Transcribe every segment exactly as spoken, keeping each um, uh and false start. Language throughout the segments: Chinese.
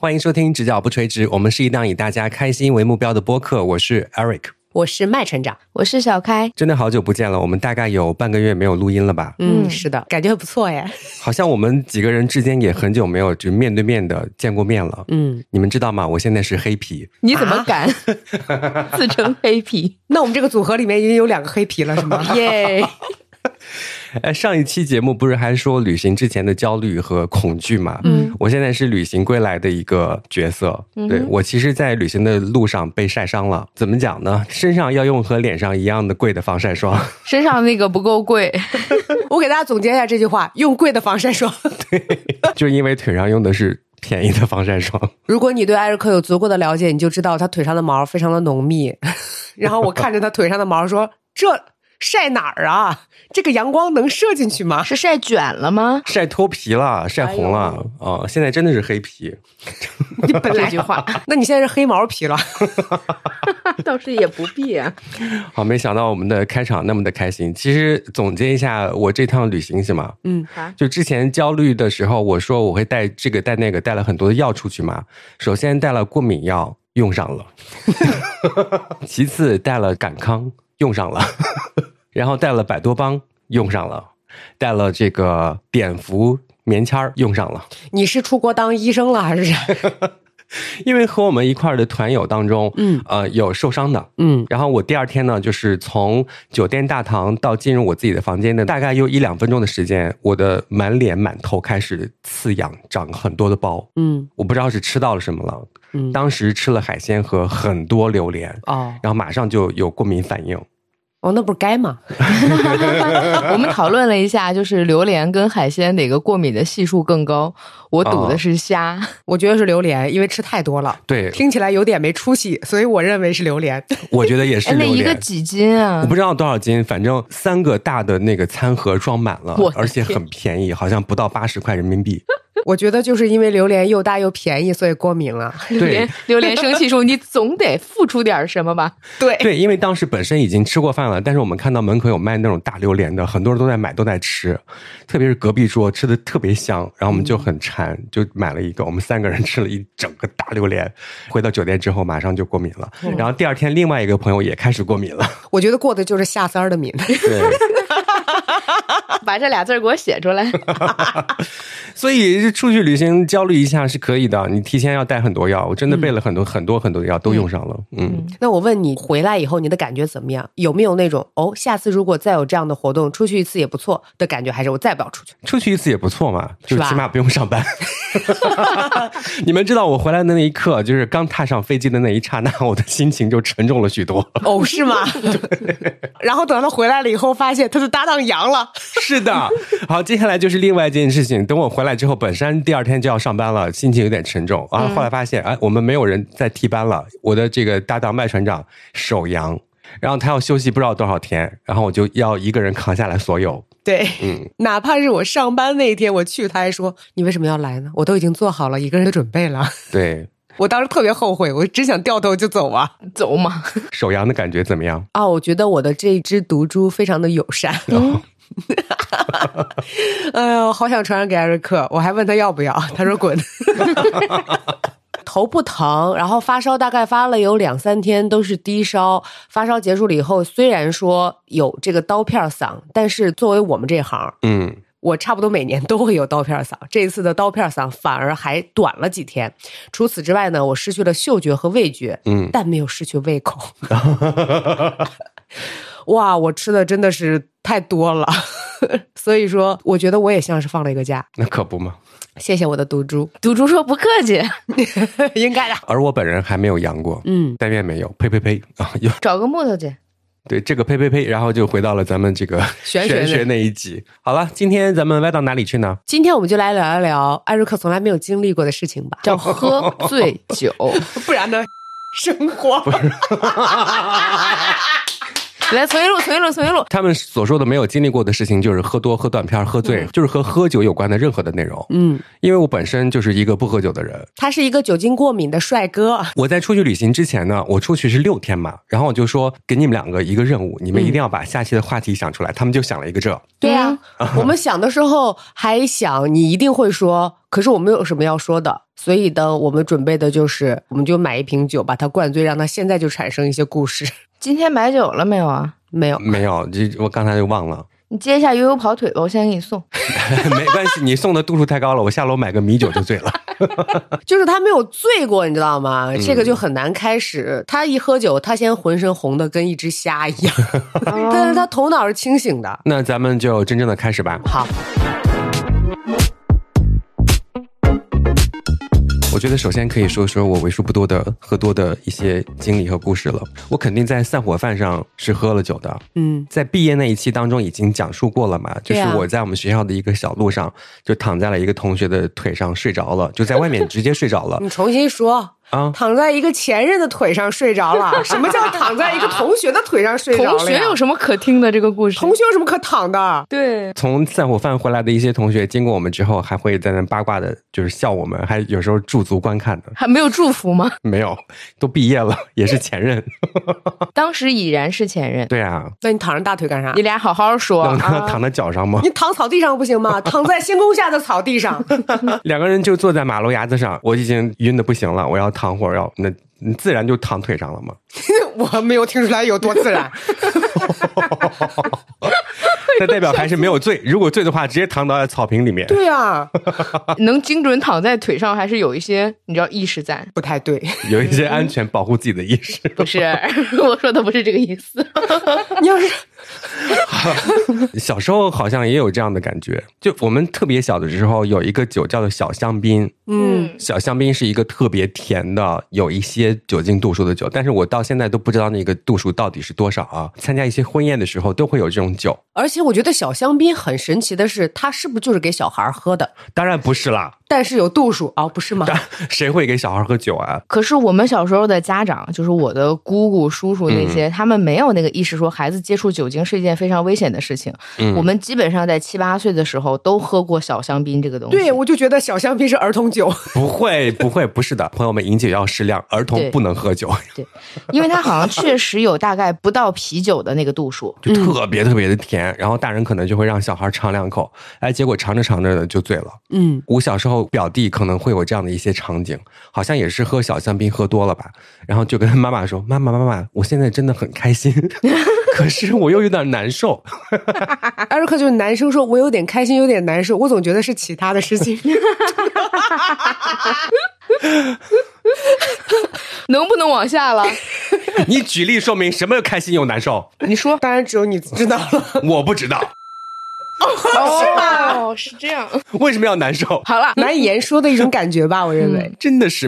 欢迎收听直角不垂直，我们是一档以大家开心为目标的播客，我是 Eric， 我是麦船长， 我是小开。 真的好久不见了，我们大概有半个月没有录音了吧？ 嗯，是的，感觉很不错耶。 好像我们几个人之间也很久没有就面对面的见过面了。嗯，你们知道吗？我现在是黑皮。 你怎么敢、啊、自称黑皮？ 那我们这个组合里面已经有两个黑皮了，是吗？ 耶！ 哎，上一期节目不是还说旅行之前的焦虑和恐惧嘛？嗯，我现在是旅行归来的一个角色。嗯、对，我其实在旅行的路上被晒伤了，怎么讲呢？身上要用和脸上一样的贵的防晒霜， 身上那个不够贵。 我给大家总结一下这句话，用贵的防晒霜。 对，就是因为腿上用的是便宜的防晒霜。 如果你对艾瑞克有足够的了解，你就知道他腿上的毛非常的浓密。然后我看着他腿上的毛说，这晒哪儿啊？这个阳光能射进去吗？ 是晒卷了吗？ 晒脱皮了，晒红了啊、哎哦！现在真的是黑皮。 你本来这句话， 那你现在是黑毛皮了。 倒是也不必啊。 好，没想到我们的开场那么的开心。其实总结一下我这趟旅行是吗？ 嗯， 就之前焦虑的时候，我说我会带这个带那个，带了很多的药出去嘛。首先带了过敏药，用上了。其次带了感康，用上了。然后带了百多邦，用上了；带了这个碘伏棉签用上了。 你是出国当医生了还是？ 因为和我们一块儿的团友当中，嗯，呃，有受伤的，嗯，然后我第二天呢，就是从酒店大堂到进入我自己的房间的大概有一两分钟的时间，我的满脸满头开始刺痒，长很多的包，嗯，我不知道是吃到了什么了，嗯，当时吃了海鲜和很多榴莲，哦，然后马上就有过敏反应。 哦，那不是该吗？ 我们讨论了一下，就是榴莲跟海鲜哪个过敏的系数更高？我赌的是虾、哦， 我觉得是榴莲，因为吃太多了。 对， 听起来有点没出息，所以我认为是榴莲。 我觉得也是榴莲。 那一个几斤啊？ 我不知道多少斤，反正三个大的那个餐盒装满了，而且很便宜，好像不到八十块人民币。 我觉得就是因为榴莲又大又便宜，所以过敏了。 榴莲，榴莲生气说：“你总得付出点什么吧？” 对对，因为当时本身已经吃过饭了，但是我们看到门口有卖那种大榴莲的，很多人都在买，都在吃，特别是隔壁桌吃的特别香，然后我们就很馋，就买了一个，我们三个人吃了一整个大榴莲。回到酒店之后，马上就过敏了。嗯、然后第二天，另外一个朋友也开始过敏了。 我觉得过的就是下三儿的敏。 对。 把这俩字给我写出来。 所以出去旅行焦虑一下是可以的，你提前要带很多药，我真的备了很多、嗯、很多很多的药都用上了。嗯, 嗯， 那我问你回来以后你的感觉怎么样？有没有那种哦，下次如果再有这样的活动出去一次也不错的感觉，还是我再不要出去？ 出去一次也不错嘛，就起码不用上班。你们知道我回来的那一刻，就是刚踏上飞机的那一刹那，我的心情就沉重了许多。 哦，是吗？然后等他回来了以后发现他的搭档阳了。 是的。好，接下来就是另外一件事情，等我回来之后，本身第二天就要上班了，心情有点沉重，然后后来发现哎，我们没有人在替班了，我的这个搭档麦船长手阳，然后他要休息不知道多少天，然后我就要一个人扛下来所有。 对，嗯，哪怕是我上班那一天我去，他还说你为什么要来呢？我都已经做好了一个人的准备了。 对， 我当时特别后悔，我只想掉头就走啊， 走嘛。 手阳的感觉怎么样？ 啊、哦，我觉得我的这只毒株非常的友善。嗯哎呦，好想传染给艾瑞克，我还问他要不要，他说滚。头不疼，然后发烧大概发了有两三天都是低烧，发烧结束了以后虽然说有这个刀片嗓，但是作为我们这行，嗯，我差不多每年都会有刀片嗓，这一次的刀片嗓反而还短了几天。除此之外呢，我失去了嗅觉和味觉，嗯，但没有失去胃口。哇，我吃的真的是太多了，所以说我觉得我也像是放了一个假。 那可不嘛。 谢谢我的毒株。 毒株说不客气。 应该的。 而我本人还没有阳过，嗯，但愿没有，呸呸呸啊！ 找个木头去。 对，这个呸呸呸，然后就回到了咱们这个玄学, 玄学那一集。好了，今天咱们歪到哪里去呢？ 今天我们就来聊一聊艾瑞克从来没有经历过的事情吧， 叫喝醉酒。 不然呢？生活。 来存一路，存一路，存一路。 他们所说的没有经历过的事情，就是喝多、喝断片、喝醉，嗯、就是和喝酒有关的任何的内容。嗯，因为我本身就是一个不喝酒的人， 他是一个酒精过敏的帅哥。 我在出去旅行之前呢，我出去是六天嘛，然后我就说给你们两个一个任务，你们一定要把下期的话题想出来。嗯、他们就想了一个这。 对啊，我们想的时候还想你一定会说，可是我们有什么要说的。所以呢，我们准备的就是，我们就买一瓶酒，把它灌醉，让它现在就产生一些故事。 今天买酒了没有啊？ 没有， 没有，我刚才就忘了。 你接一下悠悠跑腿吧，我先给你送。 没关系，你送的度数太高了，我下楼买个米酒就醉了。 就是他没有醉过，你知道吗？嗯、这个就很难开始。他一喝酒，他先浑身红的跟一只虾一样，但是他头脑是清醒的。 那咱们就真正的开始吧。 好。 我觉得首先可以说说我为数不多的喝多的一些经历和故事了。我肯定在散伙饭上是喝了酒的，嗯，在毕业那一期当中已经讲述过了嘛，就是我在我们学校的一个小路上，就躺在了一个同学的腿上睡着了，就在外面直接睡着了。 你重新说。啊，躺在一个前任的腿上睡着了。什么叫躺在一个同学的腿上睡着了？ 同学有什么可听的这个故事？ 同学有什么可躺的？ 对， 从散伙饭回来的一些同学经过我们之后，还会在那八卦的，就是笑我们，还有时候驻足观看的。 还没有祝福吗？ 没有，都毕业了，也是前任。 当时已然是前任。 对啊， 那你躺着大腿干啥？ 你俩好好说。 能躺在脚上吗？ 你躺草地上不行吗？躺在星空下的草地上。 两个人就坐在马路牙子上，我已经晕得不行了，我要躺会儿，要那。你自然就躺腿上了吗？ 我没有听出来有多自然。 那代表还是没有醉，如果醉的话直接躺到草坪里面。 对啊， 能精准躺在腿上还是有一些你知道意识在。 不太对， 有一些安全保护自己的意识。 不是，我说的不是这个意思。 你要是小时候好像也有这样的感觉，就我们特别小的时候有一个酒叫做小香槟。嗯，小香槟是一个特别甜的有一些酒精度数的酒，但是我到现在都不知道那个度数到底是多少啊。参加一些婚宴的时候都会有这种酒。 而且我觉得小香槟很神奇的是，它是不是就是给小孩喝的？ 当然不是啦， 但是有度数哦，不是吗？ 谁会给小孩喝酒啊？ 可是我们小时候的家长，就是我的姑姑叔叔那些、嗯、他们没有那个意识说孩子接触酒精是一件非常危险的事情、嗯、我们基本上在七八岁的时候都喝过小香槟这个东西。 对，我就觉得小香槟是儿童酒。 不会不会，不是的，朋友们，饮酒要适量，儿童不能喝酒。 对, 对，因为它好像确实有大概不到啤酒的那个度数， 就特别特别的甜、嗯、然后大人可能就会让小孩尝两口，哎，结果尝着尝着就醉了。嗯，我小时候表弟可能会有这样的一些场景，好像也是喝小香槟喝多了吧，然后就跟妈妈说，妈妈妈妈，我现在真的很开心可是我又有点难受。 艾瑞克就是男生说我有点开心有点难受，我总觉得是其他的事情。 能不能往下了？ 你举例说明什么开心又难受？ 你说，当然只有你知道了。 我不知道。 哦，是这样。 为什么要难受？ 好了， 难以言说的一种感觉吧，我认为、 嗯、真的是。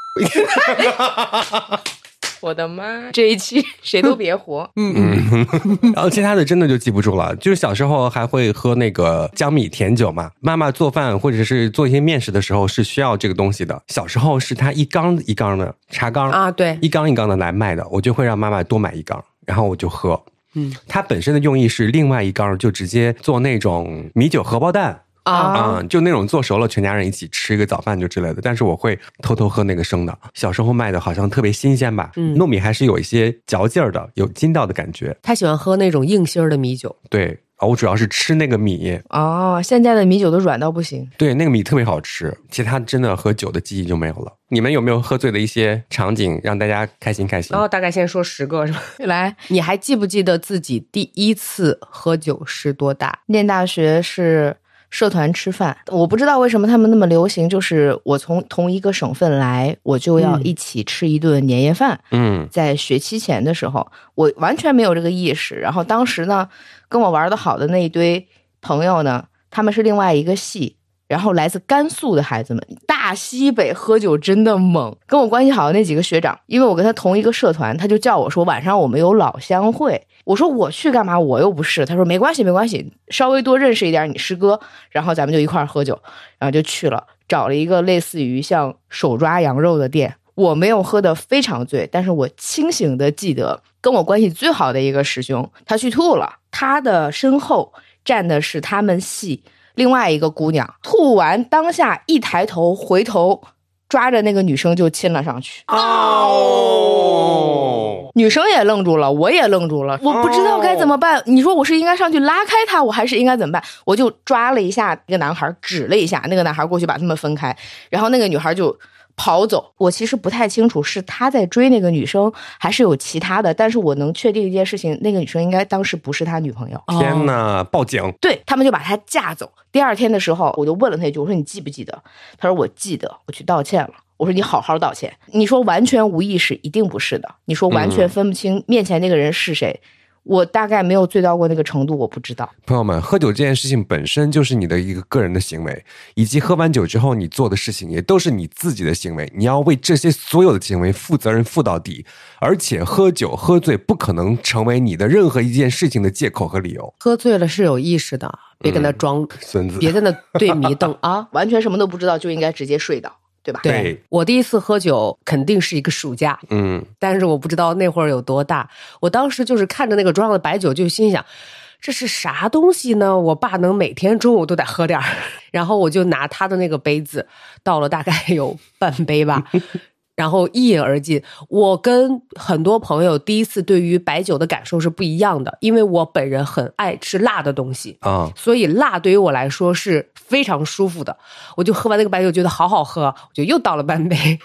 我的妈！这一期谁都别活。 嗯嗯，然后其他的真的就记不住了。就是小时候还会喝那个江米甜酒嘛，妈妈做饭或者是做一些面食的时候是需要这个东西的。小时候是它一缸一缸的茶缸啊，对， 一缸一缸的来卖的，我就会让妈妈多买一缸，然后我就喝。嗯，它本身的用意是另外一缸就直接做那种米酒荷包蛋。啊、嗯，就那种做熟了全家人一起吃一个早饭就之类的，但是我会偷偷喝那个生的。小时候卖的好像特别新鲜吧，嗯，糯米还是有一些嚼劲儿的，有筋道的感觉。 他喜欢喝那种硬心儿的米酒。 对，我主要是吃那个米。 哦，现在的米酒都软到不行。 对，那个米特别好吃，其他真的喝酒的记忆就没有了。你们有没有喝醉的一些场景让大家开心开心？ 然后大概先说十个是吧？ 来， 你还记不记得自己第一次喝酒是多大？ 念大学是社团吃饭，我不知道为什么他们那么流行，就是我从同一个省份来，我就要一起吃一顿年夜饭。嗯，在学期前的时候，我完全没有这个意识。然后当时呢，跟我玩的好的那一堆朋友呢，他们是另外一个系，然后来自甘肃的孩子们，大西北喝酒真的猛。跟我关系好的那几个学长，因为我跟他同一个社团，他就叫我说晚上我们有老乡会。我说我去干嘛？我又不是。他说没关系没关系，稍微多认识一点你师哥，然后咱们就一块儿喝酒，然后就去了，找了一个类似于像手抓羊肉的店。 我没有喝得非常醉，但是我清醒的记得跟我关系最好的一个师兄他去吐了，他的身后站的是他们系另外一个姑娘，吐完当下一抬头回头抓着那个女生就亲了上去。哦，女生也愣住了，我也愣住了，我不知道该怎么办。你说我是应该上去拉开他，我还是应该怎么办？我就抓了一下那个男孩，指了一下，那个男孩过去把他们分开，然后那个女孩就跑走。我其实不太清楚是他在追那个女生还是有其他的，但是我能确定一件事情，那个女生应该当时不是他女朋友。 天哪，报警！ 对，他们就把他架走。第二天的时候我就问了他一句，我说你记不记得？他说我记得，我去道歉了。我说你好好道歉。你说完全无意识一定不是的，你说完全分不清面前那个人是谁、嗯、我大概没有醉到过那个程度，我不知道。 朋友们，喝酒这件事情本身就是你的一个个人的行为，以及喝完酒之后你做的事情也都是你自己的行为，你要为这些所有的行为负责任负到底。而且喝酒喝醉不可能成为你的任何一件事情的借口和理由。 喝醉了是有意识的，别跟他装孙子、嗯、 别在那对迷瞪啊， 完全什么都不知道就应该直接睡倒，对吧？ 对，我第一次喝酒肯定是一个暑假，嗯，但是我不知道那会儿有多大。我当时就是看着那个桌上的白酒，就心想这是啥东西呢？我爸能每天中午都得喝点儿。然后我就拿他的那个杯子倒了大概有半杯吧。然后一饮而尽。我跟很多朋友第一次对于白酒的感受是不一样的，因为我本人很爱吃辣的东西啊，所以辣对于我来说是非常舒服的。我就喝完那个白酒觉得好好喝，我就又倒了半杯。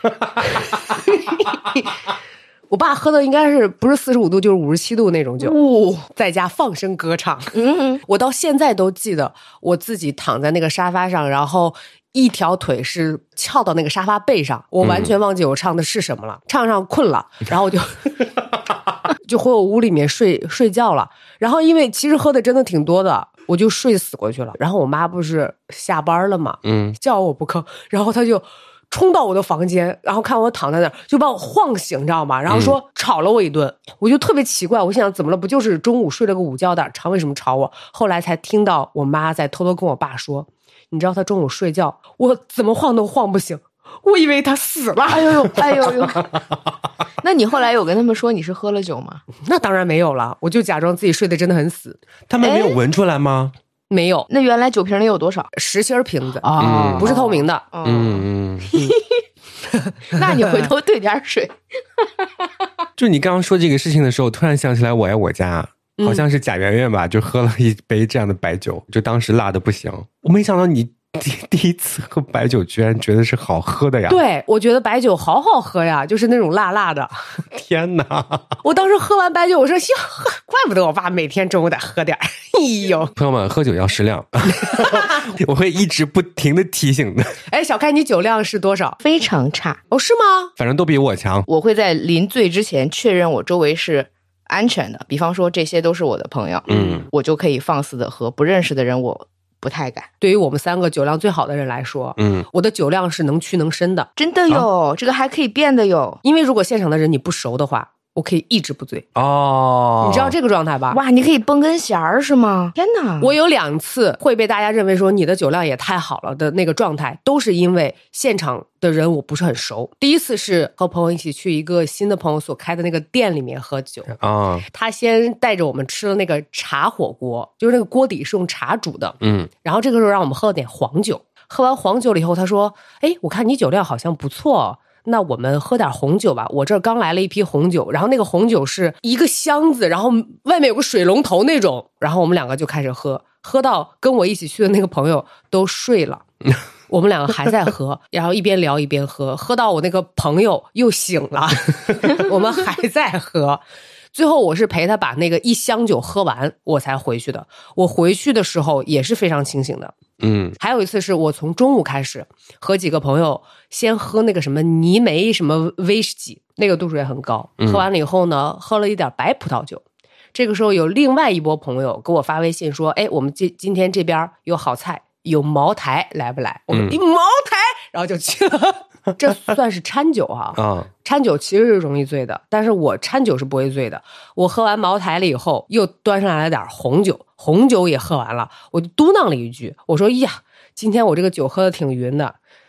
我爸喝的应该是不是四十五度就是五十七度那种酒、哦、在家放声歌唱。嗯，我到现在都记得我自己躺在那个沙发上，然后一条腿是翘到那个沙发背上，我完全忘记我唱的是什么了、嗯、唱上困了，然后我就就回我屋里面睡睡觉了。然后因为其实喝的真的挺多的，我就睡死过去了。然后我妈不是下班了嘛，嗯，叫我不吭，然后她就冲到我的房间，然后看我躺在那儿，就把我晃醒，你知道吗？然后说、嗯、吵了我一顿。我就特别奇怪，我想怎么了？不就是中午睡了个午觉的，常为什么吵我？后来才听到我妈在偷偷跟我爸说，你知道他中午睡觉，我怎么晃都晃不醒，我以为他死了。 哎呦呦，哎呦呦！那你后来有跟他们说你是喝了酒吗？ 那当然没有了，我就假装自己睡得真的很死。 他们没有闻出来吗？ 没有。 那原来酒瓶里有多少？ 实心瓶子啊、 哦，不是透明的。 嗯嗯。 那你回头兑点水。 就你刚刚说这个事情的时候，突然想起来我爱我家。好像是贾圆圆吧，就喝了一杯这样的白酒，就当时辣的不行。我没想到你第第一次喝白酒居然觉得是好喝的呀。 对，我觉得白酒好好喝呀，就是那种辣辣的。 天哪， 我当时喝完白酒我说哟，怪不得我爸每天中午得喝点。哎呦， 朋友们，喝酒要适量。我会一直不停的提醒的。 哎，小开你酒量是多少？ 非常差。 哦，是吗？ 反正都比我强。 我会在临醉之前确认我周围是安全的，比方说这些都是我的朋友，嗯，我就可以放肆的喝，不认识的人我不太敢。 对于我们三个酒量最好的人来说，嗯，我的酒量是能屈能伸的。 真的哟、啊、这个还可以变的哟。 因为如果现场的人你不熟的话，我可以一直不醉哦， 你知道这个状态吧？ 哇，你可以绷根弦儿是吗？天哪！ 我有两次会被大家认为说你的酒量也太好了的那个状态，都是因为现场的人我不是很熟。第一次是和朋友一起去一个新的朋友所开的那个店里面喝酒啊、哦，他先带着我们吃了那个茶火锅，就是那个锅底是用茶煮的，嗯，然后这个时候让我们喝了点黄酒。喝完黄酒了以后，他说：“哎，我看你酒量好像不错。”那我们喝点红酒吧，我这儿刚来了一批红酒，然后那个红酒是一个箱子，然后外面有个水龙头那种，然后我们两个就开始喝，喝到跟我一起去的那个朋友都睡了，我们两个还在喝，然后一边聊一边喝，喝到我那个朋友又醒了，我们还在喝。最后我是陪他把那个一箱酒喝完我才回去的。我回去的时候也是非常清醒的。嗯，还有一次是我从中午开始和几个朋友先喝那个什么泥煤什么威士忌，那个度数也很高，喝完了以后呢喝了一点白葡萄酒。这个时候有另外一波朋友给我发微信说，哎，我们今今天这边有好菜，有茅台来不来？我说、嗯、茅台，然后就去了。这算是掺酒哈、啊哦、掺酒其实是容易醉的，但是我掺酒是不会醉的。我喝完茅台了以后又端上来了点红酒，红酒也喝完了，我就嘟囔了一句，我说呀，今天我这个酒喝的挺匀的，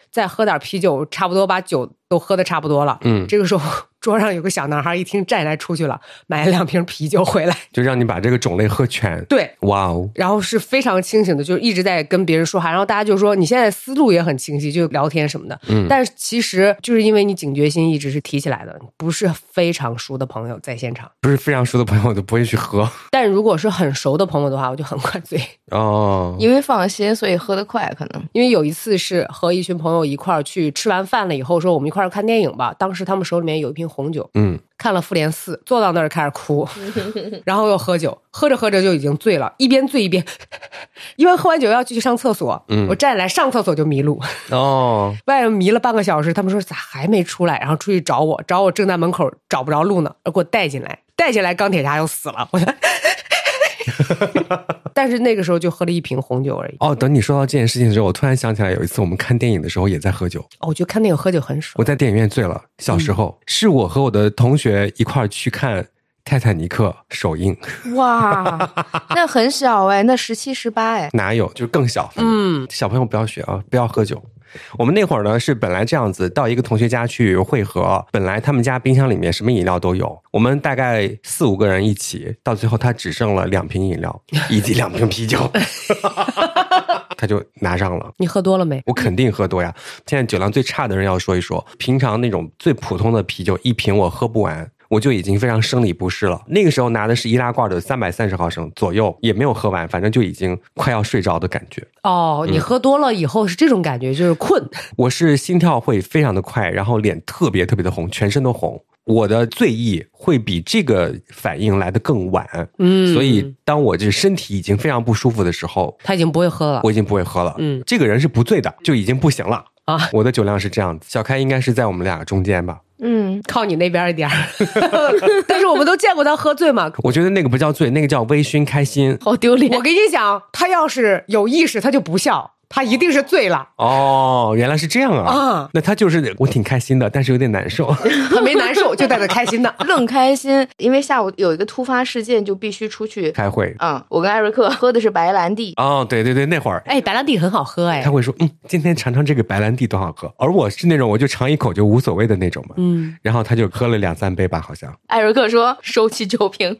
再喝点啤酒，差不多把酒都喝的差不多了。嗯，这个时候桌上有个小男孩一听站来出去了，买了两瓶啤酒回来， 就让你把这个种类喝全。 对， 哇哦！ 然后是非常清醒的，就一直在跟别人说话，然后大家就说你现在思路也很清晰，就聊天什么的。嗯，但是其实就是因为你警觉心一直是提起来的，不是非常熟的朋友在现场， 不是非常熟的朋友我都不会去喝。 但如果是很熟的朋友的话，我就很快醉。 哦，因为放心，所以喝得快，可能因为有一次是和一群朋友一块儿去吃完饭了以后，说我们一块儿看电影吧。当时他们手里面有一瓶红酒，嗯，看了复联四，坐到那儿开始哭，然后又喝酒，喝着喝着就已经醉了，一边醉一边，因为喝完酒要继续上厕所，嗯，我站起来上厕所就迷路，哦，外面迷了半个小时，他们说咋还没出来，然后出去找我，找我正在门口找不着路呢，给我带进来，带进来钢铁侠又死了，我说。但是那个时候就喝了一瓶红酒而已。 哦，等你说到这件事情的时候，我突然想起来，有一次我们看电影的时候也在喝酒。 哦，我觉得看电影喝酒很爽。 我在电影院醉了，小时候、嗯、是我和我的同学一块儿去看泰坦尼克首映。 哇，那很小哎，那十七十八哎， 哪有，就是更小。嗯，小朋友不要学啊，不要喝酒。我们那会儿呢是本来这样子，到一个同学家去会合，本来他们家冰箱里面什么饮料都有，我们大概四五个人一起，到最后他只剩了两瓶饮料以及两瓶啤酒他就拿上了。 你喝多了没？ 我肯定喝多呀，现在酒量最差的人要说一说，平常那种最普通的啤酒一瓶我喝不完，我就已经非常生理不适了。那个时候拿的是易拉罐的三百三十毫升左右，也没有喝完，反正就已经快要睡着的感觉。 哦，你喝多了以后是这种感觉，就是困。 我是心跳会非常的快，然后脸特别特别的红，全身都红。我的醉意会比这个反应来得更晚，嗯，所以当我就是身体已经非常不舒服的时候， 他已经不会喝了， 我已经不会喝了，嗯，这个人是不醉的，就已经不行了啊。我的酒量是这样子，小开应该是在我们俩中间吧。 嗯，靠你那边一点但是我们都见过他喝醉嘛。 我觉得那个不叫醉，那个叫微醺开心。 好丢脸！我跟你讲，他要是有意识他就不笑，他一定是醉了。 哦，原来是这样啊！啊，那他就是我挺开心的，但是有点难受。 他没难受，就带着开心的， 愣开心。因为下午有一个突发事件，就必须出去开会。 嗯，我跟艾瑞克喝的是白兰地。 哦，对对对，那会儿， 哎，白兰地很好喝哎。 他会说，嗯，今天尝尝这个白兰地多好喝。而我是那种我就尝一口就无所谓的那种嘛。嗯，然后他就喝了两三杯吧，好像。 艾瑞克说收起酒瓶。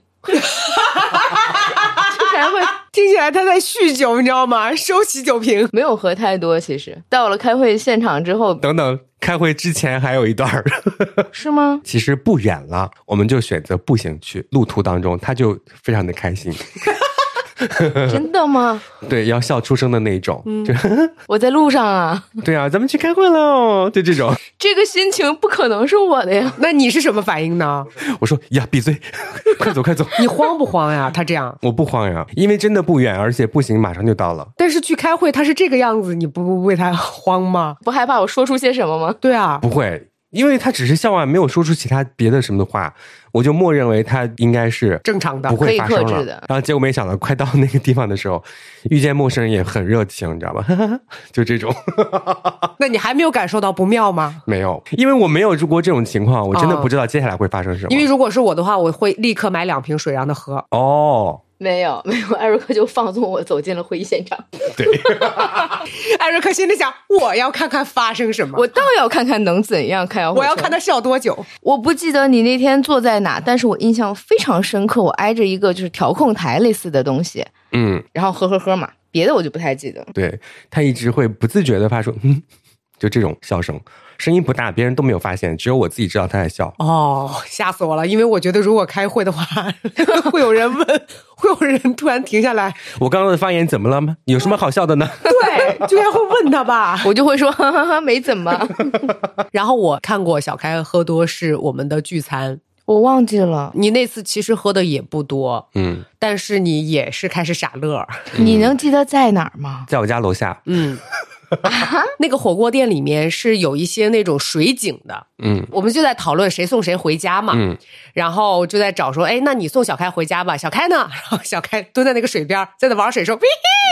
听起来他在酗酒，你知道吗？收起酒瓶， 没有喝太多。其实到了开会现场之后， 等等，开会之前还有一段是吗？ 其实不远了，我们就选择步行去。路途当中，他就非常的开心。 真的吗？ 对，要笑出声的那种。嗯、就我在路上啊。 对啊，咱们去开会了，就这种。 这个心情不可能是我的呀。 那你是什么反应呢？ 我说呀，闭嘴，快走快走。 你慌不慌呀？他这样， 我不慌呀，因为真的不远，而且步行马上就到了。 但是去开会，他是这个样子，你不为他慌吗？ 不害怕我说出些什么吗？ 对啊， 不会。因为他只是笑完，没有说出其他别的什么的话，我就默认为他应该是正常的， 不会发生了。 可以克制的。 然后结果没想到，快到那个地方的时候，遇见陌生人也很热情，你知道吗？就这种。 那你还没有感受到不妙吗？ 没有，因为我没有遇过这种情况，我真的不知道接下来会发生什么。 因为如果是我的话，我会立刻买两瓶水让他喝。 哦。 没有没有，艾瑞克就放纵我走进了会议现场。 对， 艾瑞克心里想，我要看看发生什么， 我倒要看看能怎样开。 我要看他笑多久。 我不记得你那天坐在哪，但是我印象非常深刻，我挨着一个就是调控台类似的东西，嗯，然后呵呵呵嘛，别的我就不太记得。 对，他一直会不自觉的发出嗯，就这种笑声。声音不大，别人都没有发现，只有我自己知道他在笑。 哦，吓死我了！因为我觉得如果开会的话，会有人问，会有人突然停下来。 我刚刚的发言怎么了吗？有什么好笑的呢？ 对，就应该会问他吧。 我就会说哈哈哈，没怎么。 然后我看过小开喝多是我们的聚餐， 我忘记了。 你那次其实喝的也不多，嗯，但是你也是开始傻乐。 嗯、你能记得在哪儿吗？ 在我家楼下。 嗯。啊、那个火锅店里面是有一些那种水井的，嗯，我们就在讨论谁送谁回家嘛，嗯，然后就在找说，哎，那你送小开回家吧，小开呢？然后小开蹲在那个水边，在那玩水说，喂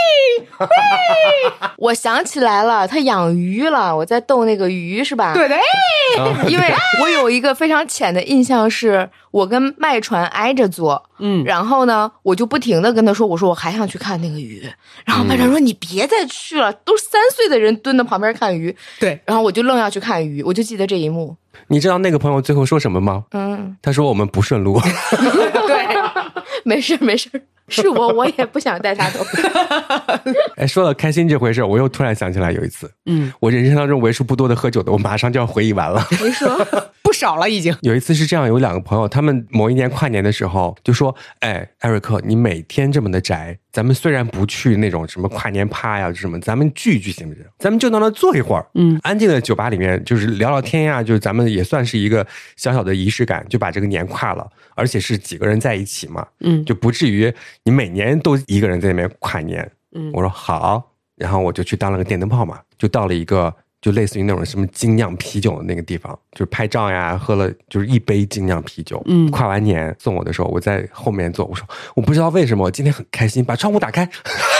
喂，我想起来了，他养鱼了，我在逗那个鱼是吧？ 对的， 因为我有一个非常浅的印象是，我跟麦传挨着坐。 嗯，然后呢，我就不停的跟他说，我说我还想去看那个鱼，然后班长说、嗯、你别再去了，都三岁的人蹲在旁边看鱼， 对， 然后我就愣要去看鱼，我就记得这一幕。 你知道那个朋友最后说什么吗？嗯，他说我们不顺路。 对，没事没事。是我，我也不想带他走。 哎，说到开心这回事，我又突然想起来有一次，嗯，我人生当中为数不多的喝酒的，我马上就要回忆完了。 没说不少了已经。 有一次是这样，有两个朋友，他们某一年跨年的时候就说：“哎，艾瑞克，你每天这么的宅，咱们虽然不去那种什么跨年趴呀什么，咱们聚一聚行不行？咱们就到那坐一会儿，嗯，安静的酒吧里面就是聊聊天呀，就是咱们也算是一个小小的仪式感，就把这个年跨了，而且是几个人在一起嘛，嗯，就不至于。”你每年都一个人在那边跨年，嗯，我说好，然后我就去当了个电灯泡嘛，就到了一个就类似于那种什么精酿啤酒的那个地方，就是拍照呀，喝了就是一杯精酿啤酒。嗯，跨完年送我的时候，我在后面坐，我说我不知道为什么我今天很开心，把窗户打开，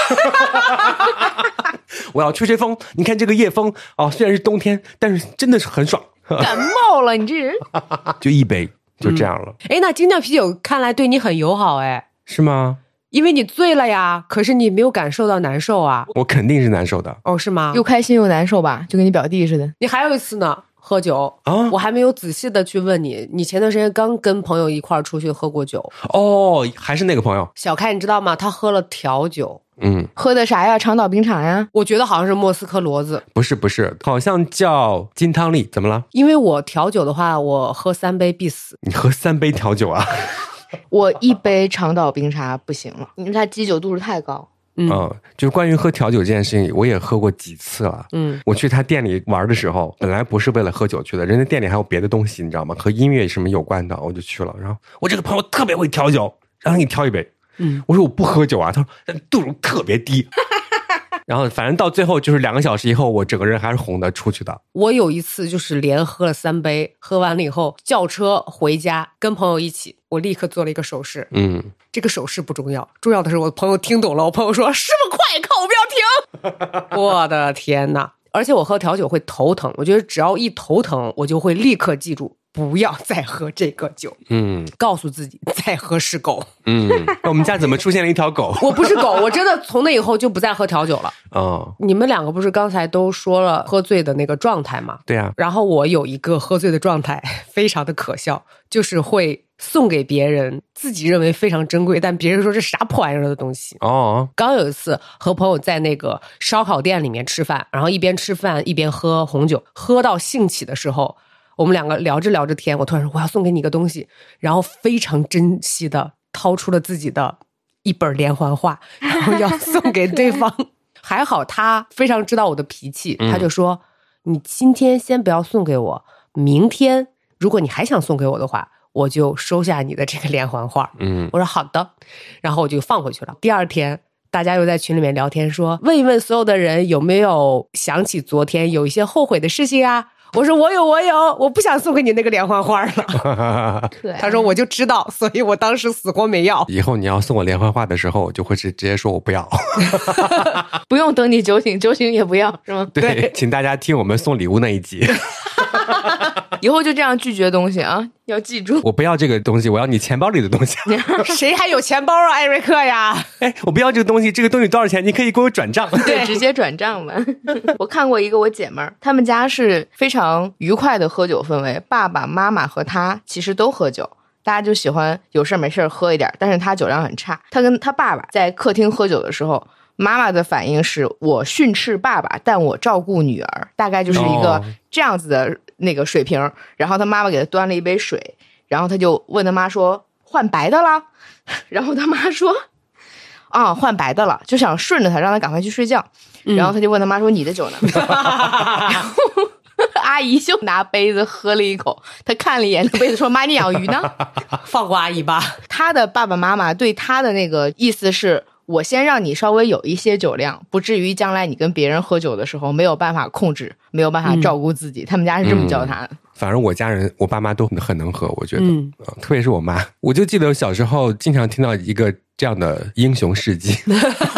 我要吹吹风。你看这个夜风哦，虽然是冬天，但是真的是很爽。 感冒了，你这人就一杯就这样了。 哎、嗯，那精酿啤酒看来对你很友好哎， 是吗？ 因为你醉了呀，可是你没有感受到难受啊。 我肯定是难受的。 哦，是吗？ 又开心又难受吧，就跟你表弟似的。 你还有一次呢，喝酒啊，我还没有仔细的去问你，你前段时间刚跟朋友一块儿出去喝过酒。 哦，还是那个朋友小开，你知道吗？他喝了调酒。 嗯， 喝的啥呀？长岛冰茶呀？ 我觉得好像是莫斯科骡子。 不是不是，好像叫金汤力。怎么了？因为我调酒的话，我喝三杯必死。 你喝三杯调酒啊？ 我一杯长岛冰茶不行了，因为它基酒度数太高。 嗯，嗯就是关于喝调酒这件事情，我也喝过几次了。嗯，我去他店里玩的时候，本来不是为了喝酒去的，人家店里还有别的东西，你知道吗？和音乐什么有关的，我就去了。然后我这个朋友特别会调酒，然后给你调一杯。嗯，我说我不喝酒啊，他说但度数特别低。然后反正到最后就是两个小时以后，我整个人还是红的出去的。 我有一次就是连喝了三杯，喝完了以后叫车回家，跟朋友一起，我立刻做了一个手势。嗯，这个手势不重要，重要的是我的朋友听懂了。我朋友说：“师傅快，靠我不要停！”我的天哪！而且我喝调酒会头疼，我觉得只要一头疼，我就会立刻记住不要再喝这个酒。嗯，告诉自己再喝是狗。 嗯，我们家怎么出现了一条狗？ 我不是狗，我真的从那以后就不再喝调酒了。哦，你们两个不是刚才都说了喝醉的那个状态吗？ 对啊。 然后我有一个喝醉的状态，非常的可笑，就是会送给别人自己认为非常珍贵，但别人说这啥破玩意儿的东西。哦，刚有一次和朋友在那个烧烤店里面吃饭，然后一边吃饭一边喝红酒，喝到兴起的时候，我们两个聊着聊着天，我突然说我要送给你一个东西，然后非常珍惜的掏出了自己的一本连环画，然后要送给对方。还好他非常知道我的脾气，他就说、嗯、你今天先不要送给我，明天如果你还想送给我的话，我就收下你的这个连环画。嗯，我说好的，然后我就放回去了。第二天大家又在群里面聊天说，问一问所有的人有没有想起昨天有一些后悔的事情啊。我说我有我有，我不想送给你那个连环画了。他说我就知道，所以我当时死活没要。 以后你要送我连环画的时候，我就会直接说我不要。 不用等你酒醒，酒醒也不要是吗？ 对，对，请大家听我们送礼物那一集。 以后就这样拒绝东西啊，要记住。 我不要这个东西，我要你钱包里的东西。 谁还有钱包啊，艾瑞克呀？ 哎，我不要这个东西，这个东西多少钱？你可以给我转账。 对，直接转账吧。我看过一个我姐们儿，他们家是非常愉快的喝酒氛围，爸爸妈妈和他其实都喝酒，大家就喜欢有事没事喝一点，但是他酒量很差。他跟他爸爸在客厅喝酒的时候，妈妈的反应是我训斥爸爸，但我照顾女儿，大概就是一个这样子的那个水平。然后他妈妈给他端了一杯水，然后他就问他妈说换白的了，然后他妈说啊换白的了，就想顺着他让他赶快去睡觉。然后他就问他妈说你的酒呢？然后阿姨就拿杯子喝了一口，他看了一眼那杯子说妈你养鱼呢？ 放过阿姨吧。 他的爸爸妈妈对他的那个意思是，我先让你稍微有一些酒量，不至于将来你跟别人喝酒的时候没有办法控制，没有办法照顾自己。嗯、他们家是这么教他的。 嗯、反正我家人我爸妈都很能喝，我觉得、嗯呃、特别是我妈。我就记得小时候经常听到一个这样的英雄事迹。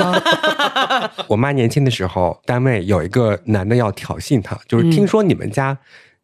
我妈年轻的时候单位有一个男的要挑衅她，就是听说你们家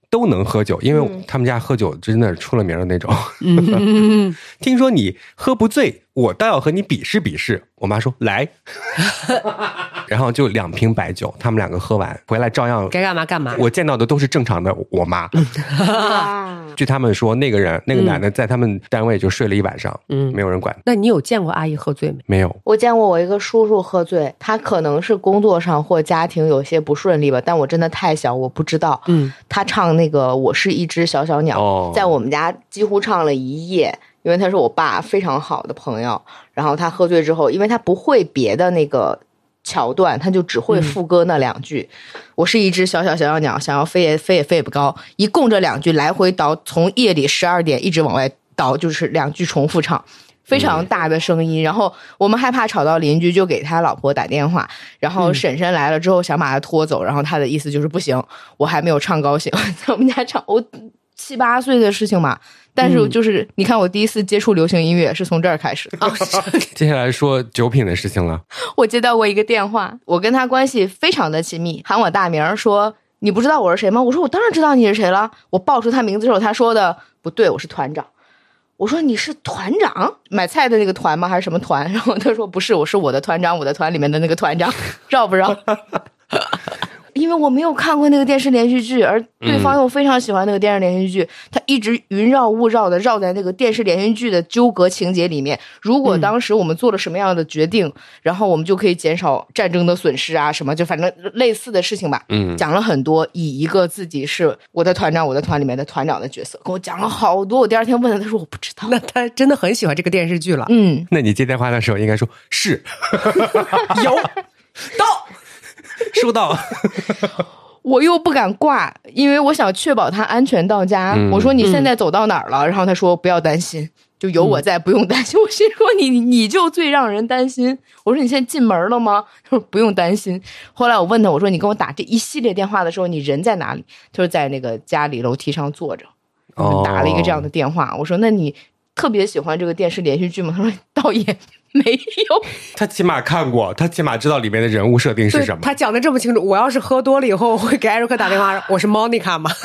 都能喝酒，因为他们家喝酒真的出了名的那种。嗯、听说你喝不醉，我倒要和你比试比试。我妈说来，然后就两瓶白酒，他们两个喝完回来照样该干嘛干嘛。 我见到的都是正常的我妈。据他们说，那个人那个男的在他们单位就睡了一晚上，嗯，没有人管。 那你有见过阿姨喝醉没？ 没有。 我见过我一个叔叔喝醉，他可能是工作上或家庭有些不顺利吧，但我真的太小，我不知道。嗯，他唱那个《我是一只小小鸟》，哦，在我们家几乎唱了一夜。因为他是我爸非常好的朋友，然后他喝醉之后，因为他不会别的那个桥段，他就只会副歌那两句、嗯、我是一只小小小小鸟，想要飞也飞也飞不高，一共这两句来回倒，从夜里十二点一直往外倒，就是两句重复唱，非常大的声音、嗯、然后我们害怕吵到邻居，就给他老婆打电话，然后婶婶来了之后想把他拖走，然后他的意思就是不行，我还没有唱高兴，在我们家唱，我七八岁的事情嘛，但是就是、嗯、你看我第一次接触流行音乐是从这儿开始的、哦、 接下来说酒品的事情了。 我接到过一个电话，我跟他关系非常的亲密，喊我大名说你不知道我是谁吗？我说我当然知道你是谁了。我报出他名字之后，他说的不对，我是团长。我说你是团长，买菜的那个团吗？还是什么团？然后他说不是，我是我的团长，我的团里面的那个团长，绕不绕？因为我没有看过那个电视连续剧，而对方又非常喜欢那个电视连续剧、嗯、他一直云绕雾绕的绕在那个电视连续剧的纠葛情节里面。如果当时我们做了什么样的决定、嗯、然后我们就可以减少战争的损失啊什么，就反正类似的事情吧。嗯，讲了很多，以一个自己是我的团长我的团里面的团长的角色跟我讲了好多。我第二天问他，他说我不知道。 那他真的很喜欢这个电视剧了。 嗯， 那你接电话的时候应该说是有到收到。 我又不敢挂，因为我想确保他安全到家、嗯、我说你现在走到哪儿了、嗯、然后他说不要担心，就有我在、嗯、不用担心。我心说你你就最让人担心。我说你现在进门了吗？他说不用担心。后来我问他，我说你跟我打这一系列电话的时候你人在哪里？他说在那个家里楼梯上坐着、哦、打了一个这样的电话。我说那你特别喜欢这个电视连续剧吗？他说倒也没有， 他起码看过，他起码知道里面的人物设定是什么。 他讲的这么清楚，我要是喝多了以后，我会给艾瑞克打电话，我是 Monica 吗？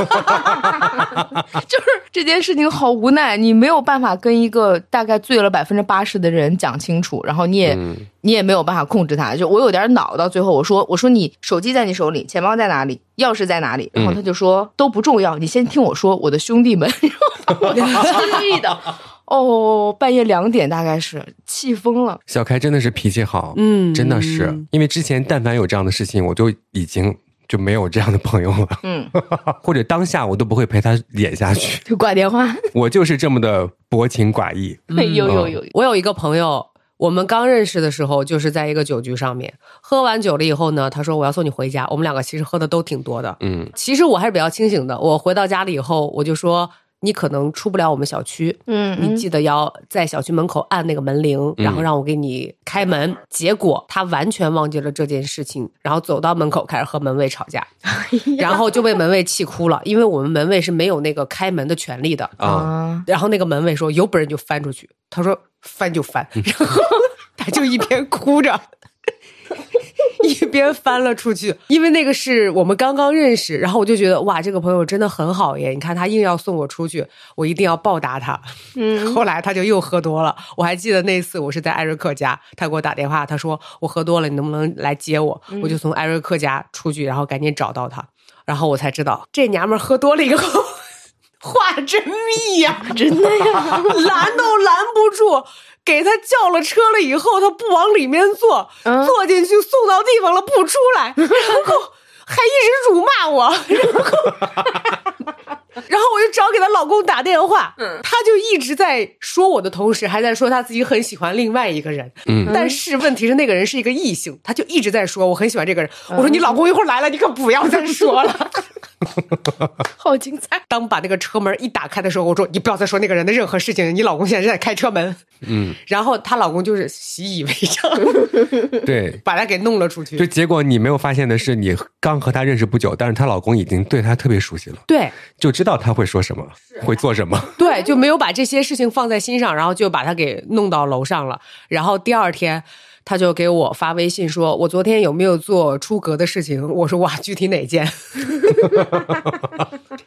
就是这件事情好无奈，你没有办法跟一个大概醉了百分之八十的人讲清楚，然后你也、嗯、你也没有办法控制他。就我有点恼，到最后我说我说你手机在你手里，钱包在哪里，钥匙在哪里？然后他就说、嗯、都不重要，你先听我说，我的兄弟们，然后把我气的。哦，半夜两点大概是气疯了。 小开真的是脾气好，嗯，真的是，因为之前但凡有这样的事情，我就已经就没有这样的朋友了，嗯，或者当下我都不会陪他演下去， 就挂电话。 我就是这么的薄情寡义。 嗯、有有有， 我有一个朋友，我们刚认识的时候就是在一个酒局上面，喝完酒了以后呢，他说我要送你回家。我们两个其实喝的都挺多的，嗯，其实我还是比较清醒的。我回到家里以后，我就说。你可能出不了我们小区，嗯，你记得要在小区门口按那个门铃、嗯、然后让我给你开门、嗯、结果他完全忘记了这件事情，然后走到门口开始和门卫吵架、哎、然后就被门卫气哭了，因为我们门卫是没有那个开门的权利的啊。然后那个门卫说有本事就翻出去，他说翻就翻，然后他就一边哭着一边翻了出去，因为那个是我们刚刚认识，然后我就觉得哇，这个朋友真的很好耶！你看他硬要送我出去，我一定要报答他。嗯，后来他就又喝多了，我还记得那次我是在艾瑞克家，他给我打电话，他说我喝多了，你能不能来接我？嗯、我就从艾瑞克家出去，然后赶紧找到他，然后我才知道这娘们喝多了以后话真密呀、啊， 真的呀， 拦都拦不住。给他叫了车了以后，他不往里面坐，嗯、坐进去送到地方了不出来，然后还一直辱骂我，然后然后我就找给她老公打电话，嗯，他就一直在说我的同时，还在说他自己很喜欢另外一个人，嗯，但是问题是那个人是一个异性，他就一直在说我很喜欢这个人。嗯、我说你老公一会儿来了，你可不要再说了。好精彩！当把那个车门一打开的时候，我说你不要再说那个人的任何事情，你老公现在正在开车门。嗯，然后她老公就是习以为常， 对， 把她给弄了出去。 就结果你没有发现的是，你刚和她认识不久，但是她老公已经对她特别熟悉了， 对， 就知道她会说什么，会做什么， 对，就没有把这些事情放在心上，然后就把她给弄到楼上了。然后第二天。他就给我发微信说我昨天有没有做出格的事情，我说哇具体哪件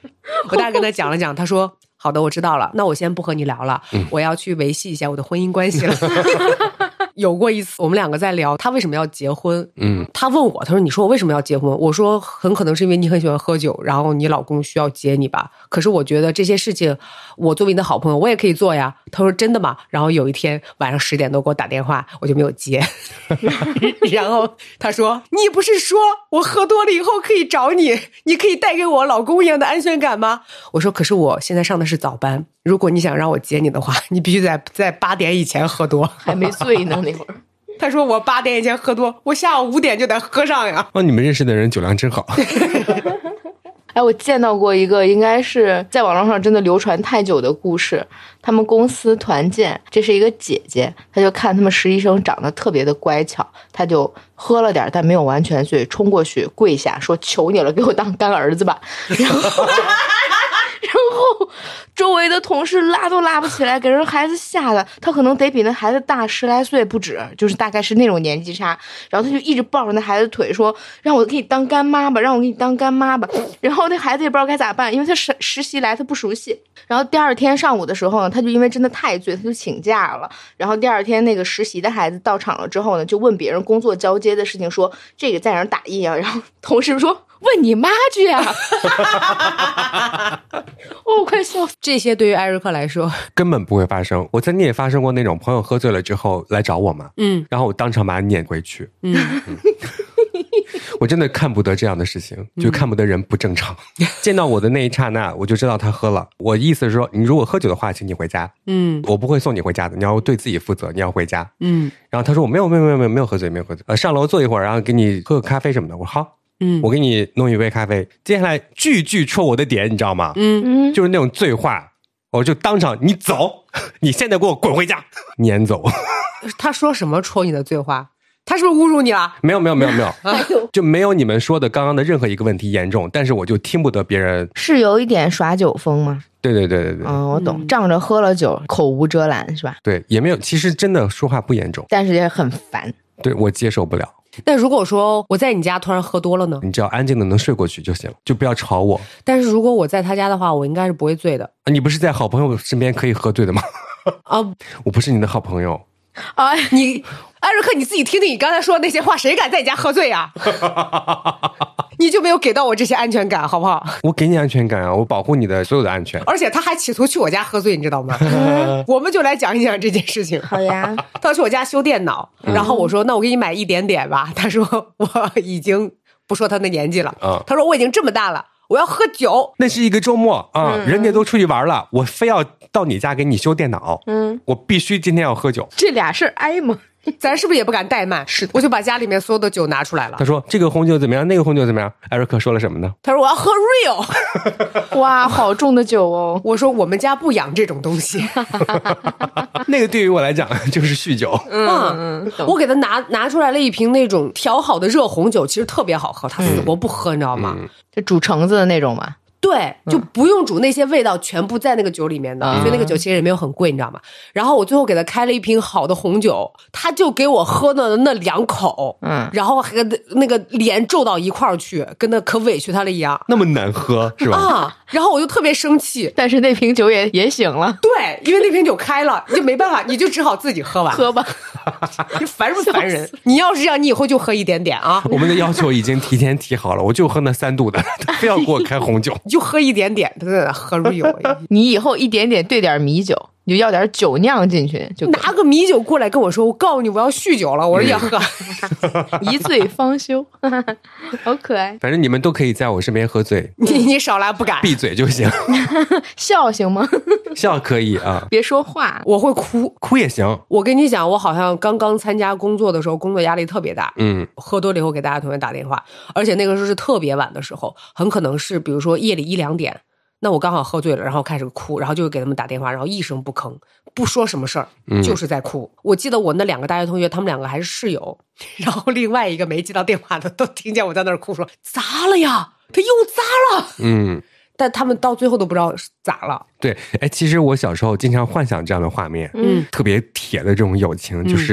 我大概跟他讲了讲，他说好的我知道了，那我先不和你聊了、嗯、我要去维系一下我的婚姻关系了有过一次我们两个在聊他为什么要结婚，嗯，他问我，他说你说我为什么要结婚，我说很可能是因为你很喜欢喝酒，然后你老公需要接你吧，可是我觉得这些事情我作为你的好朋友我也可以做呀。他说真的吗？然后有一天晚上十点多给我打电话，我就没有接然后他说你不是说我喝多了以后可以找你，你可以带给我老公一样的安全感吗？我说可是我现在上的是早班，如果你想让我接你的话，你必须在在八点以前喝多。 还没醉呢那会儿。 他说我八点以前喝多，我下午五点就得喝上呀。 哦，你们认识的人酒量真好。 哎，我见到过一个应该是在网络上真的流传太久的故事。他们公司团建，这是一个姐姐，她就看他们实习生长得特别的乖巧，她就喝了点但没有完全醉，冲过去跪下说求你了，给我当干儿子吧。然后然后周围的同事拉都拉不起来，给人孩子吓的，他可能得比那孩子大十来岁不止，就是大概是那种年纪差。然后他就一直抱着那孩子腿说让我给你当干妈吧，让我给你当干妈吧。然后那孩子也不知道该咋办，因为他实实习来他不熟悉。然后第二天上午的时候呢，他就因为真的太醉，他就请假了。然后第二天那个实习的孩子到场了之后呢，就问别人工作交接的事情，说这个在哪儿打印啊？然后同事说问你妈去啊。哦，我快笑死。 这些对于艾瑞克来说根本不会发生。我曾经也发生过那种朋友喝醉了之后来找我嘛，嗯，然后我当场把他撵回去，嗯, 嗯我真的看不得这样的事情，就看不得人不正常、嗯、见到我的那一刹那我就知道他喝了。我意思是说你如果喝酒的话请你回家，嗯，我不会送你回家的，你要对自己负责，你要回家，嗯。然后他说我没有没有没有没有没有喝醉没有喝醉，呃，上楼坐一会儿然后给你喝个咖啡什么的。我说好，嗯，我给你弄一杯咖啡。接下来句句戳我的点你知道吗？嗯，就是那种醉话，我就当场你走，你现在给我滚回家，撵走。 他说什么戳你的醉话？他是不是侮辱你了？ 没有没有没有没有就没有你们说的刚刚的任何一个问题严重，但是我就听不得别人。 是有一点耍酒疯吗？ 对对对对对， 嗯，我懂，仗着喝了酒口无遮拦是吧？ 对，也没有，其实真的说话不严重， 但是也很烦。 对，我接受不了。 但如果说我在你家突然喝多了呢？ 你只要安静的能睡过去就行，就不要吵我。 但是如果我在他家的话，我应该是不会醉的。 你不是在好朋友身边可以喝醉的吗？啊，我不是你的好朋友。 啊，你艾瑞克，你自己听听你刚才说的那些话，谁敢在你家喝醉啊？你就没有给到我这些安全感，好不好？ 我给你安全感啊，我保护你的所有的安全。 而且他还企图去我家喝醉，你知道吗？我们就来讲一讲这件事情。 好呀。 他去我家修电脑，然后我说、嗯、那我给你买一点点吧。他说我已经不说他的年纪了、嗯、他说我已经这么大了，我要喝酒。 那是一个周末啊、嗯，人家都出去玩了，我非要到你家给你修电脑，嗯，我必须今天要喝酒。 这俩事儿挨吗？ 咱是不是也不敢怠慢？ 是的， 我就把家里面所有的酒拿出来了。 他说这个红酒怎么样，那个红酒怎么样？艾瑞克说了什么呢？ 他说我要喝 real。 哇，好重的酒哦。 我说我们家不养这种东西。 那个对于我来讲就是酗酒。 嗯嗯，我给他拿拿出来了一瓶那种调好的热红酒，其实特别好喝，他死活不喝、嗯、你知道吗？ 就煮橙子的那种嘛。 对，就不用煮，那些味道全部在那个酒里面的、嗯、所以那个酒其实也没有很贵，你知道吗？然后我最后给他开了一瓶好的红酒，他就给我喝的那两口，嗯，然后还跟那个脸皱到一块儿去，跟那可委屈他了一样， 那么难喝是吧？ 啊，然后我就特别生气， 但是那瓶酒也也醒了， 对，因为那瓶酒开了，你就没办法，你就只好自己喝完， 喝吧。 你烦不烦人？你要是这样，你以后就喝一点点啊。 我们的要求已经提前提好了，我就喝那三度的，他非要给我开红酒。 就喝一点点，真的喝入油。 你以后一点点兑点米酒，你就要点酒酿进去，就拿个米酒过来跟我说，我告诉你我要酗酒了，我说要喝。 一醉方休。好可爱。 反正你们都可以在我身边喝醉， 你你少来不敢， 闭嘴就行。 笑行吗？ 笑可以啊， 别说话。 我会哭， 哭也行。 我跟你讲，我好像刚刚参加工作的时候，工作压力特别大，嗯，喝多了以后给大家同学打电话，而且那个时候是特别晚的时候，很可能是比如说夜里一两点，那我刚好喝醉了，然后开始哭，然后就给他们打电话，然后一声不吭，不说什么事儿，就是在哭、嗯、我记得我那两个大学同学，他们两个还是室友，然后另外一个没接到电话的都听见我在那儿哭，说砸了呀，他又砸了，嗯，但他们到最后都不知道咋了。 对，哎，其实我小时候经常幻想这样的画面，嗯，特别铁的这种友情、嗯、就是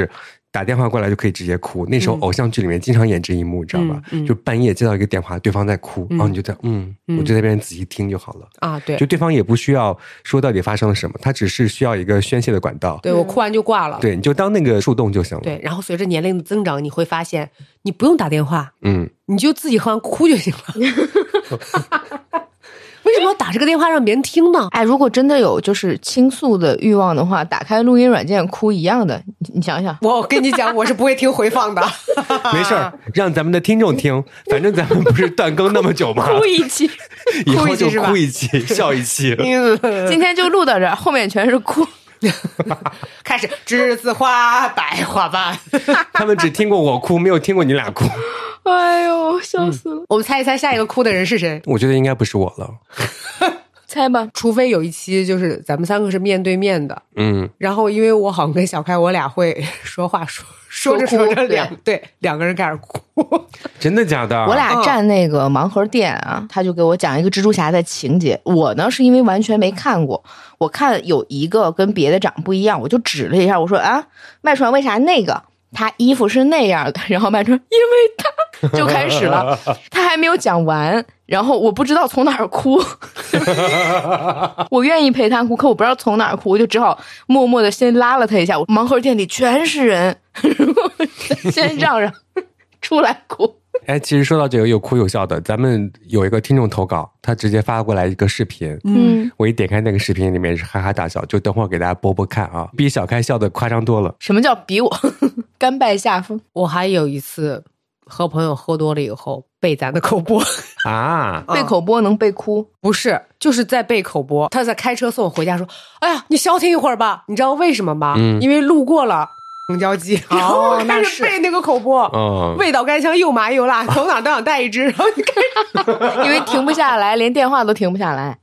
打电话过来就可以直接哭。那时候偶像剧里面经常演这一幕，你知道吧？嗯嗯、就半夜接到一个电话，对方在哭，嗯、然后你就在嗯，嗯我就在那边仔细听就好了啊。对， 就对方也不需要说到底发生了什么，他只是需要一个宣泄的管道。 对，我哭完就挂了。 对，你就当那个树洞就行了。 对，然后随着年龄的增长，你会发现你不用打电话， 嗯， 你就自己喝完哭就行了。为什么要打这个电话让别人听呢？ 哎，如果真的有就是倾诉的欲望的话，打开录音软件哭一样的，你你想想。 我跟你讲，我是不会听回放的。 没事儿，让咱们的听众听，反正咱们不是断更那么久吗？ 哭一期， 以后就哭一期，笑一期。 今天就录到这儿，后面全是哭。 开始栀子花白花瓣。 他们只听过我哭，没有听过你俩哭。 哎呦，笑死了、嗯！ 我们猜一猜下一个哭的人是谁？ 我觉得应该不是我了。 猜吧， 除非有一期就是咱们三个是面对面的， 嗯， 然后因为我好像跟小开我俩会说话说说着说着两对两个人开始哭。 真的假的？ 我俩站那个盲盒店啊，他就给我讲一个蜘蛛侠的情节。我呢是因为完全没看过，我看有一个跟别的长不一样，我就指了一下，我说啊，麦传为啥那个他衣服是那样的？然后麦传因为他就开始了，他还没有讲完，然后我不知道从哪儿哭。我愿意陪他哭，可我不知道从哪儿哭，我就只好默默的先拉了他一下。我盲盒店里全是人，先让让出来哭。 哎，其实说到这个有哭有笑的，咱们有一个听众投稿，他直接发过来一个视频，嗯，我一点开那个视频里面是哈哈大笑，就等会儿给大家播播看啊，比小开笑的夸张多了。 什么叫比我甘拜下风？ 我还有一次和朋友喝多了以后背咱的口播啊， 背口播能背哭？ 不是，就是在背口播。他在开车送我回家说：“哎呀，你消停一会儿吧。”你知道为什么吗？嗯，因为路过了公交机，然后我开始背那个口播， 哦、 味道干香又麻又辣，从哪都想带一支。然后你开始，因为停不下来，连电话都停不下来，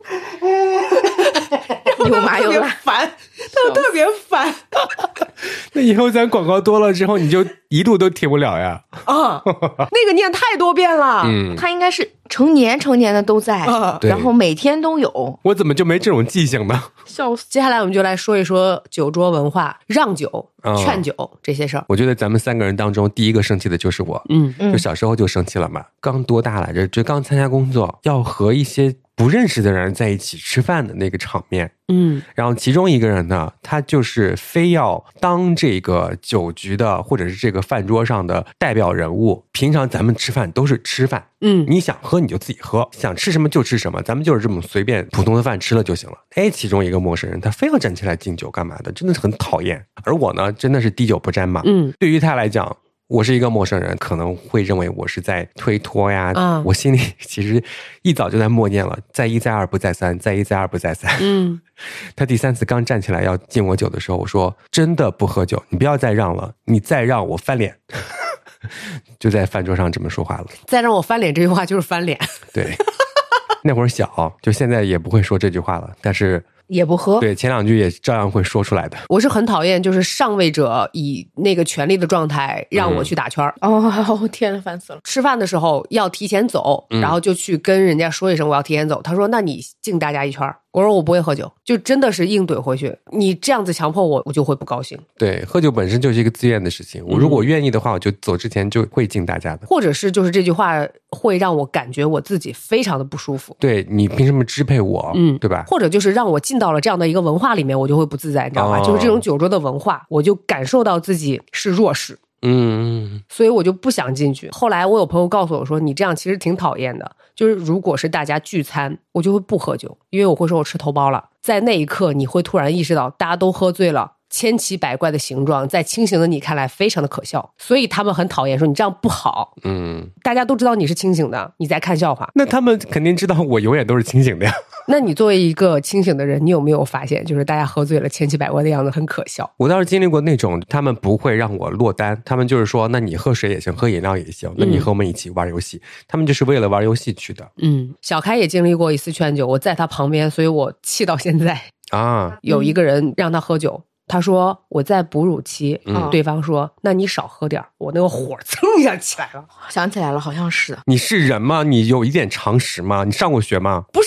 又麻又辣， 烦，他特别烦。 那以后咱广告多了之后，你就一路都停不了呀。 啊，那个念太多遍了。 嗯，他应该是成年成年的都在，啊、然后每天都有。 我怎么就没这种记性呢？ 笑死！接下来我们就来说一说酒桌文化，让酒、劝酒、嗯、这些事儿。 我觉得咱们三个人当中，第一个生气的就是我。嗯，就小时候就生气了嘛。刚多大来着？就刚参加工作，要和一些不认识的人在一起吃饭的那个场面。嗯，然后其中一个人呢，他就是非要当这个酒局的或者是这个饭桌上的代表人物。平常咱们吃饭都是吃饭，嗯，你想喝你就自己喝，想吃什么就吃什么，咱们就是这么随便普通的饭吃了就行了。哎，其中一个陌生人他非要站起来敬酒干嘛的，真的是很讨厌。而我呢，真的是滴酒不沾嘛，嗯，对于他来讲。我是一个陌生人，可能会认为我是在推脱呀。嗯，我心里其实一早就在默念了，再一再二不再三，再一再二不再三。嗯，他第三次刚站起来要敬我酒的时候，我说真的不喝酒，你不要再让了，你再让我翻脸。就在饭桌上这么说话了。 再让我翻脸这句话就是翻脸。 对，那会儿小，就现在也不会说这句话了，但是。 也不喝， 对，前两句也照样会说出来的。 我是很讨厌，就是上位者以那个权力的状态让我去打圈、 嗯、哦，天哪，烦死了！ 吃饭的时候要提前走，嗯、然后就去跟人家说一声我要提前走。他说：“那你敬大家一圈。”我说：“我不会喝酒。”就真的是硬怼回去。你这样子强迫我，我就会不高兴。 对，喝酒本身就是一个自愿的事情。我如果愿意的话，我就走之前就会敬大家的。 或者是就是这句话会让我感觉我自己非常的不舒服。 对，你凭什么支配我？嗯，对吧？ 或者就是让我进到了这样的一个文化里面，我就会不自在，你知道吗？哦、就是这种酒桌的文化，我就感受到自己是弱势。嗯，所以我就不想进去。后来我有朋友告诉我说，你这样其实挺讨厌的。就是如果是大家聚餐，我就会不喝酒，因为我会说我吃头孢了。在那一刻，你会突然意识到大家都喝醉了，千奇百怪的形状，在清醒的你看来非常的可笑，所以他们很讨厌说你这样不好。嗯，大家都知道你是清醒的，你在看笑话。 那他们肯定知道我永远都是清醒的呀。 那你作为一个清醒的人，你有没有发现就是大家喝醉了千奇百怪的样子很可笑？ 我倒是经历过那种他们不会让我落单，他们就是说那你喝水也行，喝饮料也行，那你和我们一起玩游戏、嗯、他们就是为了玩游戏去的。 嗯，小开也经历过一次劝酒，我在他旁边，所以我气到现在啊。有一个人让他喝酒，他说我在哺乳期、嗯、对方说那你少喝点，我那个火蹭一下起来了。 想起来了，好像是。 你是人吗？你有一点常识吗？你上过学吗？ 不是他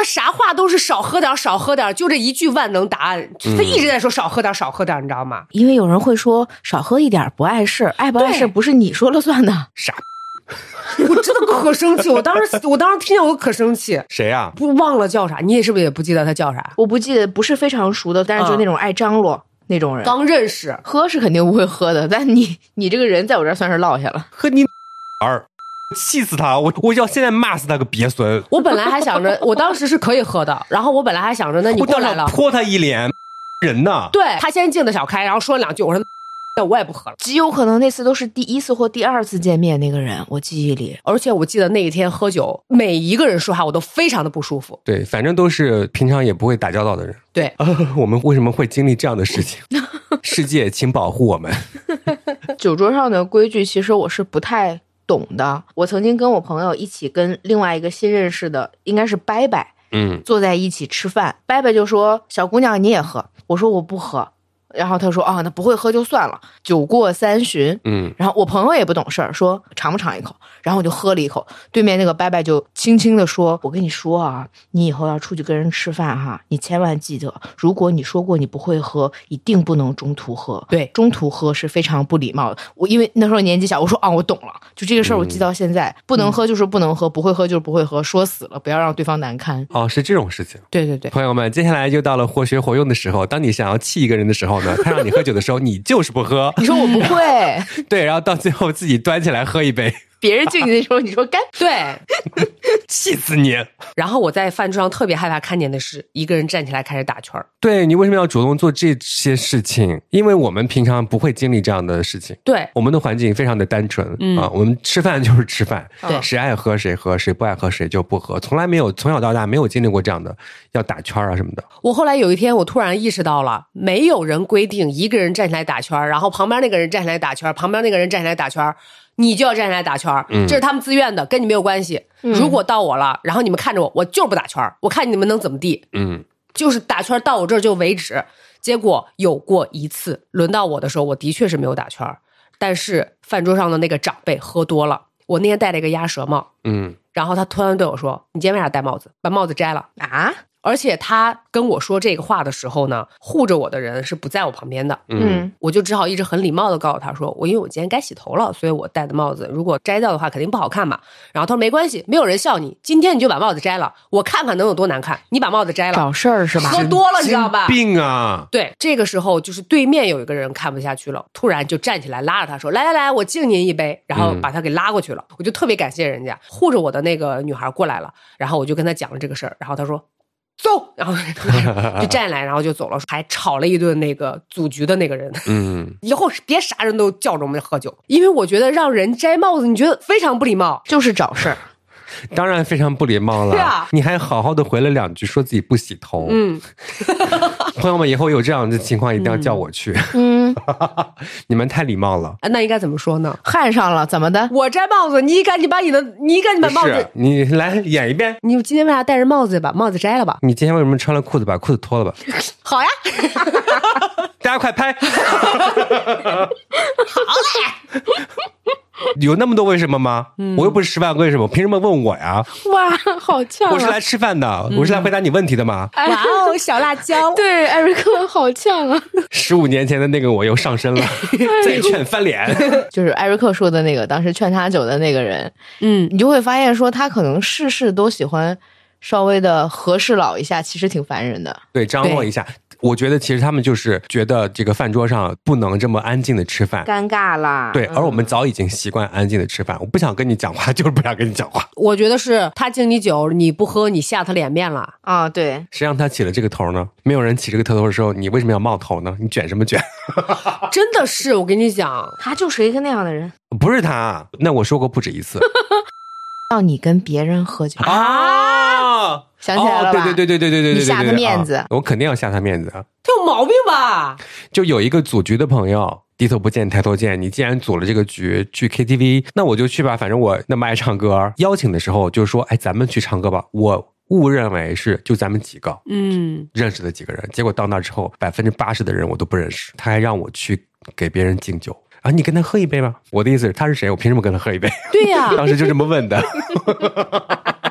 啥话都是少喝点少喝点，就这一句万能答案，他一直在说少喝点少喝点，你知道吗？ 因为有人会说少喝一点不碍事，爱不碍事不是你说了算的。 傻， 我真的可生气，我当时我当时听见我可生气。 谁呀、啊？ 不忘了叫啥？你也是不是也不记得他叫啥？ 我不记得，不是非常熟的，但是就那种爱张罗。嗯那种人刚认识， 喝是肯定不会喝的，但你你这个人在我这儿算是落下了。 喝你儿，气死他！我我要现在骂死他个鳖孙！ 我本来还想着，我当时是可以喝的，然后我本来还想着，那你过来了， 泼他一脸，人呢？ 对他先敬的小开，然后说了两句，我说那我也不喝了。 极有可能那次都是第一次或第二次见面那个人，我记忆里。 而且我记得那一天喝酒，每一个人说话我都非常的不舒服。 对，反正都是平常也不会打交道的人。 对、 呃，我们为什么会经历这样的事情？世界，请保护我们。 酒桌上的规矩，其实我是不太懂的。我曾经跟我朋友一起跟另外一个新认识的，应该是伯伯， 嗯， 坐在一起吃饭。伯伯就说：“小姑娘你也喝。”我说：“我不喝。”然后他说：“啊，那不会喝就算了。”酒过三巡， 嗯， 然后我朋友也不懂事儿，说尝不尝一口，然后我就喝了一口。对面那个伯伯就轻轻地说：“我跟你说啊，你以后要出去跟人吃饭哈，你千万记得，如果你说过你不会喝，一定不能中途喝。 对， 中途喝是非常不礼貌的。我因为那时候年纪小，我说啊，我懂了，就这个事儿我记到现在，嗯、不能喝就是不能喝，不会喝就是不会喝，说死了，不要让对方难堪。 哦，是这种事情。 对对对， 朋友们，接下来就到了活学活用的时候。当你想要气一个人的时候呢，他让你喝酒的时候，你就是不喝。 你说我不会， 对，然后到最后自己端起来喝一杯。 别人敬你的时候，你说干， 对， 气死你！ 然后我在饭桌上特别害怕看见的是，一个人站起来开始打圈。 对，你为什么要主动做这些事情？因为我们平常不会经历这样的事情。 对，我们的环境非常的单纯、 嗯、 啊，我们吃饭就是吃饭， 对， 谁爱喝谁喝，谁不爱喝谁就不喝，从来没有从小到大没有经历过这样的要打圈啊什么的。 我后来有一天，我突然意识到了，没有人规定一个人站起来打圈，然后旁边那个人站起来打圈，旁边那个人站起来打圈。你就要站起来打圈、嗯、这是他们自愿的，跟你没有关系、嗯、如果到我了，然后你们看着我，我就是不打圈，我看你们能怎么地。 嗯， 就是打圈到我这儿就为止。结果有过一次轮到我的时候，我的确是没有打圈，但是饭桌上的那个长辈喝多了，我那天戴了一个鸭舌帽， 嗯， 然后他突然对我说：“你今天为啥戴帽子？把帽子摘了啊！” 而且他跟我说这个话的时候呢，护着我的人是不在我旁边的， 嗯， 我就只好一直很礼貌的告诉他说，我因为我今天该洗头了，所以我戴的帽子如果摘掉的话肯定不好看嘛。然后他说没关系，没有人笑你，今天你就把帽子摘了，我看看能有多难看，你把帽子摘了。 找事儿是吧？ 喝多了你知道吧？ 病啊！ 对，这个时候就是对面有一个人看不下去了，突然就站起来拉着他说，来来来，我敬您一杯，然后把他给拉过去了、嗯、我就特别感谢人家护着我的那个女孩过来了，然后我就跟他讲了这个事儿，然后他说走，然后就站起来，然后就走了，还吵了一顿那个组局的那个人。 嗯， 以后别啥人都叫着我们喝酒，因为我觉得让人摘帽子，你觉得非常不礼貌， 就是找事儿。 当然非常不礼貌了。 对啊， 你还好好的回了两句，说自己不洗头。 嗯， 朋友们，以后有这样的情况一定要叫我去。 嗯， 你们太礼貌了。 那应该怎么说呢？ 焊上了，怎么的？ 我摘帽子，你赶紧把你的，你赶紧把帽子， 你来演一遍。 你今天为啥戴着帽子？把帽子摘了吧。 你今天为什么穿了裤子？把裤子脱了吧。 好呀， 大家快拍。 好嘞。 有那么多为什么吗、嗯、我又不是十万个为什么，凭什么问我呀？ 哇，好呛、啊、 我是来吃饭的、嗯、我是来回答你问题的吗？ 哇哦，小辣椒。 对，艾瑞克好呛啊。 十五年前的那个我又上身了。再劝翻脸。 就是艾瑞克说的那个当时劝他酒的那个人， 嗯， 你就会发现说他可能事事都喜欢稍微的和事佬一下，其实挺烦人的。 对，张罗一下。我觉得其实他们就是觉得这个饭桌上不能这么安静的吃饭， 尴尬啦。 对，而我们早已经习惯安静的吃饭、嗯、我不想跟你讲话就是不想跟你讲话。 我觉得是他敬你酒你不喝，你下他脸面了啊。对， 谁让他起了这个头呢？没有人起这个头的时候，你为什么要冒头呢？你卷什么卷？ 真的是，我跟你讲， 他就是一个那样的人。 不是他，那我说过不止一次。 让你跟别人喝酒啊， 想起来了吧？ 哦、对对对对对对对对， 你下他面子、 啊，我肯定要下他面子。 他有毛病吧？ 就有一个组局的朋友，低头不见抬头见，你既然组了这个局去 K T V， 那我就去吧，反正我那么爱唱歌。邀请的时候就说，哎，咱们去唱歌吧。我误认为是就咱们几个， 嗯， 认识的几个人，结果到那之后，百分之八十的人我都不认识。他还让我去给别人敬酒。啊，你跟他喝一杯吧。我的意思是他是谁，我凭什么跟他喝一杯？ 对呀、 啊，当时就这么问的。 他还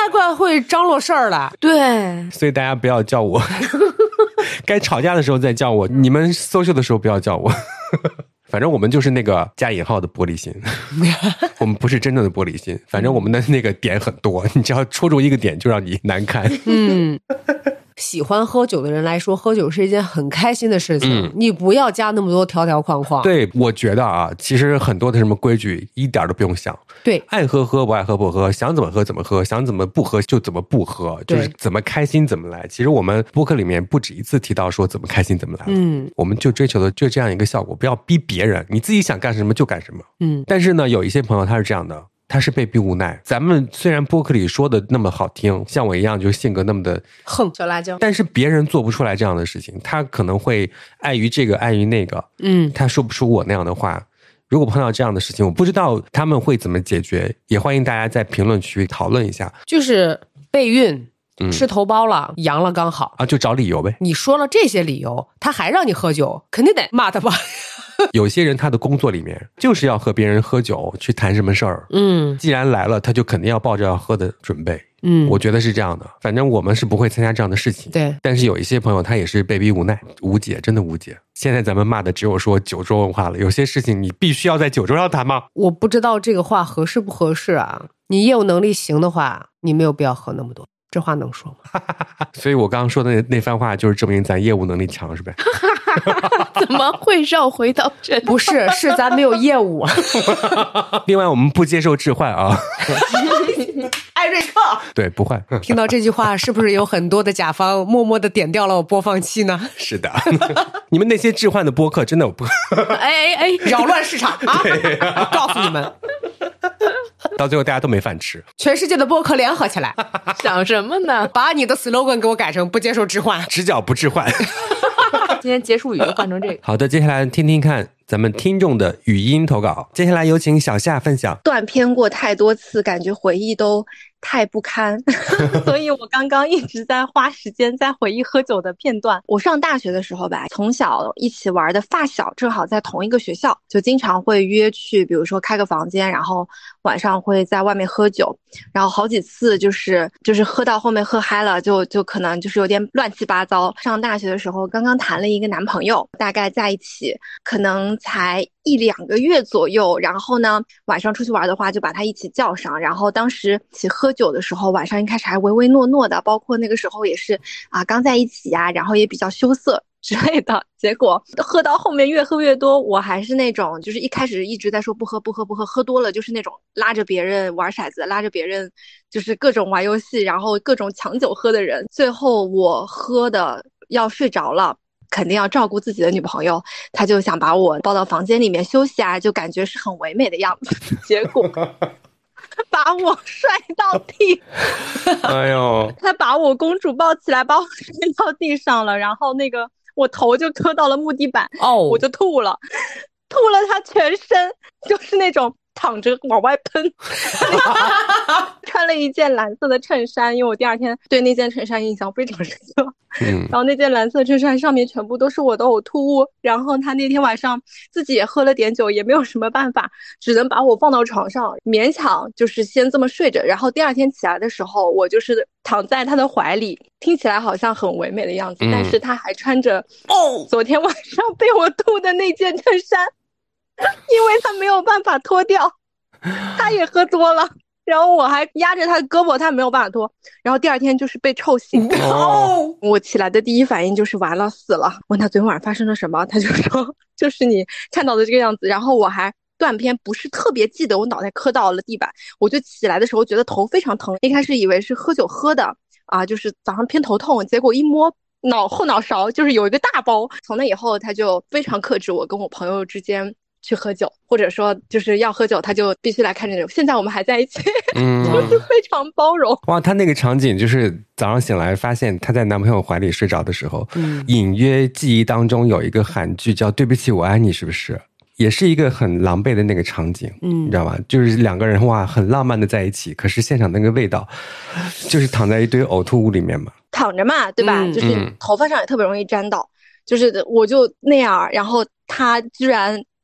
太怪会张罗事儿了。 对， 所以大家不要叫我，该吵架的时候再叫我，你们 social 的时候不要叫我。反正我们就是那个加引号的玻璃心，我们不是真正的玻璃心。反正我们的那个点很多，你只要戳中一个点就让你难堪。 嗯。喜欢喝酒的人来说，喝酒是一件很开心的事情、嗯、你不要加那么多条条框框。 对，我觉得啊，其实很多的什么规矩一点都不用想。 对， 爱喝喝，不爱喝不喝，想怎么喝怎么喝，想怎么不喝就怎么不喝，就是怎么开心怎么来。其实我们播客里面不止一次提到说怎么开心怎么来，嗯，我们就追求的就这样一个效果，不要逼别人，你自己想干什么就干什么。嗯，但是呢，有一些朋友他是这样的，他是被逼无奈。咱们虽然播客里说的那么好听，像我一样就是性格那么的横小辣椒， 但是别人做不出来这样的事情，他可能会碍于这个碍于那个，嗯，他说不出我那样的话。如果碰到这样的事情，我不知道他们会怎么解决，也欢迎大家在评论区讨论一下。 就是备孕嗯、吃头孢了，阳了刚好啊，就找理由呗。 你说了这些理由，他还让你喝酒，肯定得骂他吧。 有些人他的工作里面就是要和别人喝酒去谈什么事儿，嗯，既然来了，他就肯定要抱着要喝的准备，嗯，我觉得是这样的。反正我们是不会参加这样的事情， 对。 但是有一些朋友他也是被逼无奈，无解，真的无解。现在咱们骂的只有说酒桌文化了，有些事情你必须要在酒桌上谈吗？ 我不知道这个话合适不合适啊。你业务能力行的话，你没有必要喝那么多。这话能说吗？ 所以我刚刚说的 那, 那番话就是证明咱业务能力强是呗？ 怎么会绕回到这？ 不是，是咱没有业务。 另外我们不接受置换啊。 艾瑞克对，不换。 听到这句话是不是有很多的甲方默默的点掉了我播放器呢？ 是的。你们那些置换的播客真的不哎哎哎，扰乱市场啊！我告诉你们， 到最后大家都没饭吃。 全世界的播客联合起来想什么呢？ 把你的 slogan 给我改成不接受置换， 直角不置换。 今天结束语就换成这个。 好的，接下来听听看咱们听众的语音投稿。接下来有请小夏分享。 断片过太多次，感觉回忆都太不堪。所以我刚刚一直在花时间在回忆喝酒的片段。我上大学的时候吧，从小一起玩的发小正好在同一个学校，就经常会约去，比如说开个房间，然后晚上会在外面喝酒，然后好几次就是就是喝到后面喝嗨了，就就可能就是有点乱七八糟。上大学的时候刚刚谈了一个男朋友，大概在一起可能才一两个月左右，然后呢晚上出去玩的话就把他一起叫上，然后当时一起喝酒的时候，晚上一开始还唯唯诺诺的，包括那个时候也是啊刚在一起呀、啊，然后也比较羞涩之类的，结果喝到后面越喝越多，我还是那种就是一开始一直在说不喝不喝不喝，喝多了就是那种拉着别人玩骰子，拉着别人就是各种玩游戏，然后各种抢酒喝的人。最后我喝的要睡着了，肯定要照顾自己的女朋友，他就想把我抱到房间里面休息啊，就感觉是很唯美的样子，结果把我摔到地。 哎呦， 他把我公主抱起来把我摔到地上了，然后那个我头就磕到了木地板，哦，我就吐了，吐了他全身，就是那种躺着往外喷。穿了一件蓝色的衬衫，因为我第二天对那件衬衫印象非常深刻。嗯，然后那件蓝色衬衫上面全部都是我的呕吐物，然后他那天晚上自己也喝了点酒，也没有什么办法，只能把我放到床上，勉强就是先这么睡着，然后第二天起来的时候，我就是躺在他的怀里，听起来好像很唯美的样子，嗯，但是他还穿着哦昨天晚上被我吐的那件衬衫，因为他没有办法脱掉，他也喝多了，然后我还压着他的胳膊，他没有办法脱，然后第二天就是被臭醒。哦，我起来的第一反应就是完了，死了。问他昨天晚上发生了什么，他就说就是你看到的这个样子。然后我还断片不是特别记得，我脑袋磕到了地板，我就起来的时候觉得头非常疼，一开始以为是喝酒喝的啊，就是早上偏头痛，结果一摸脑后脑勺就是有一个大包。从那以后他就非常克制我跟我朋友之间去喝酒，或者说就是要喝酒他就必须来看这种。现在我们还在一起，嗯，就是非常包容。 哇，他那个场景就是早上醒来发现他在男朋友怀里睡着的时候，嗯，隐约记忆当中有一个韩剧叫对不起我爱你，是不是也是一个很狼狈的那个场景，嗯，你知道吧？就是两个人哇很浪漫的在一起，可是现场那个味道就是躺在一堆呕吐物里面嘛， 躺着嘛，对吧，嗯，就是头发上也特别容易沾到，就是我就那样，然后他居然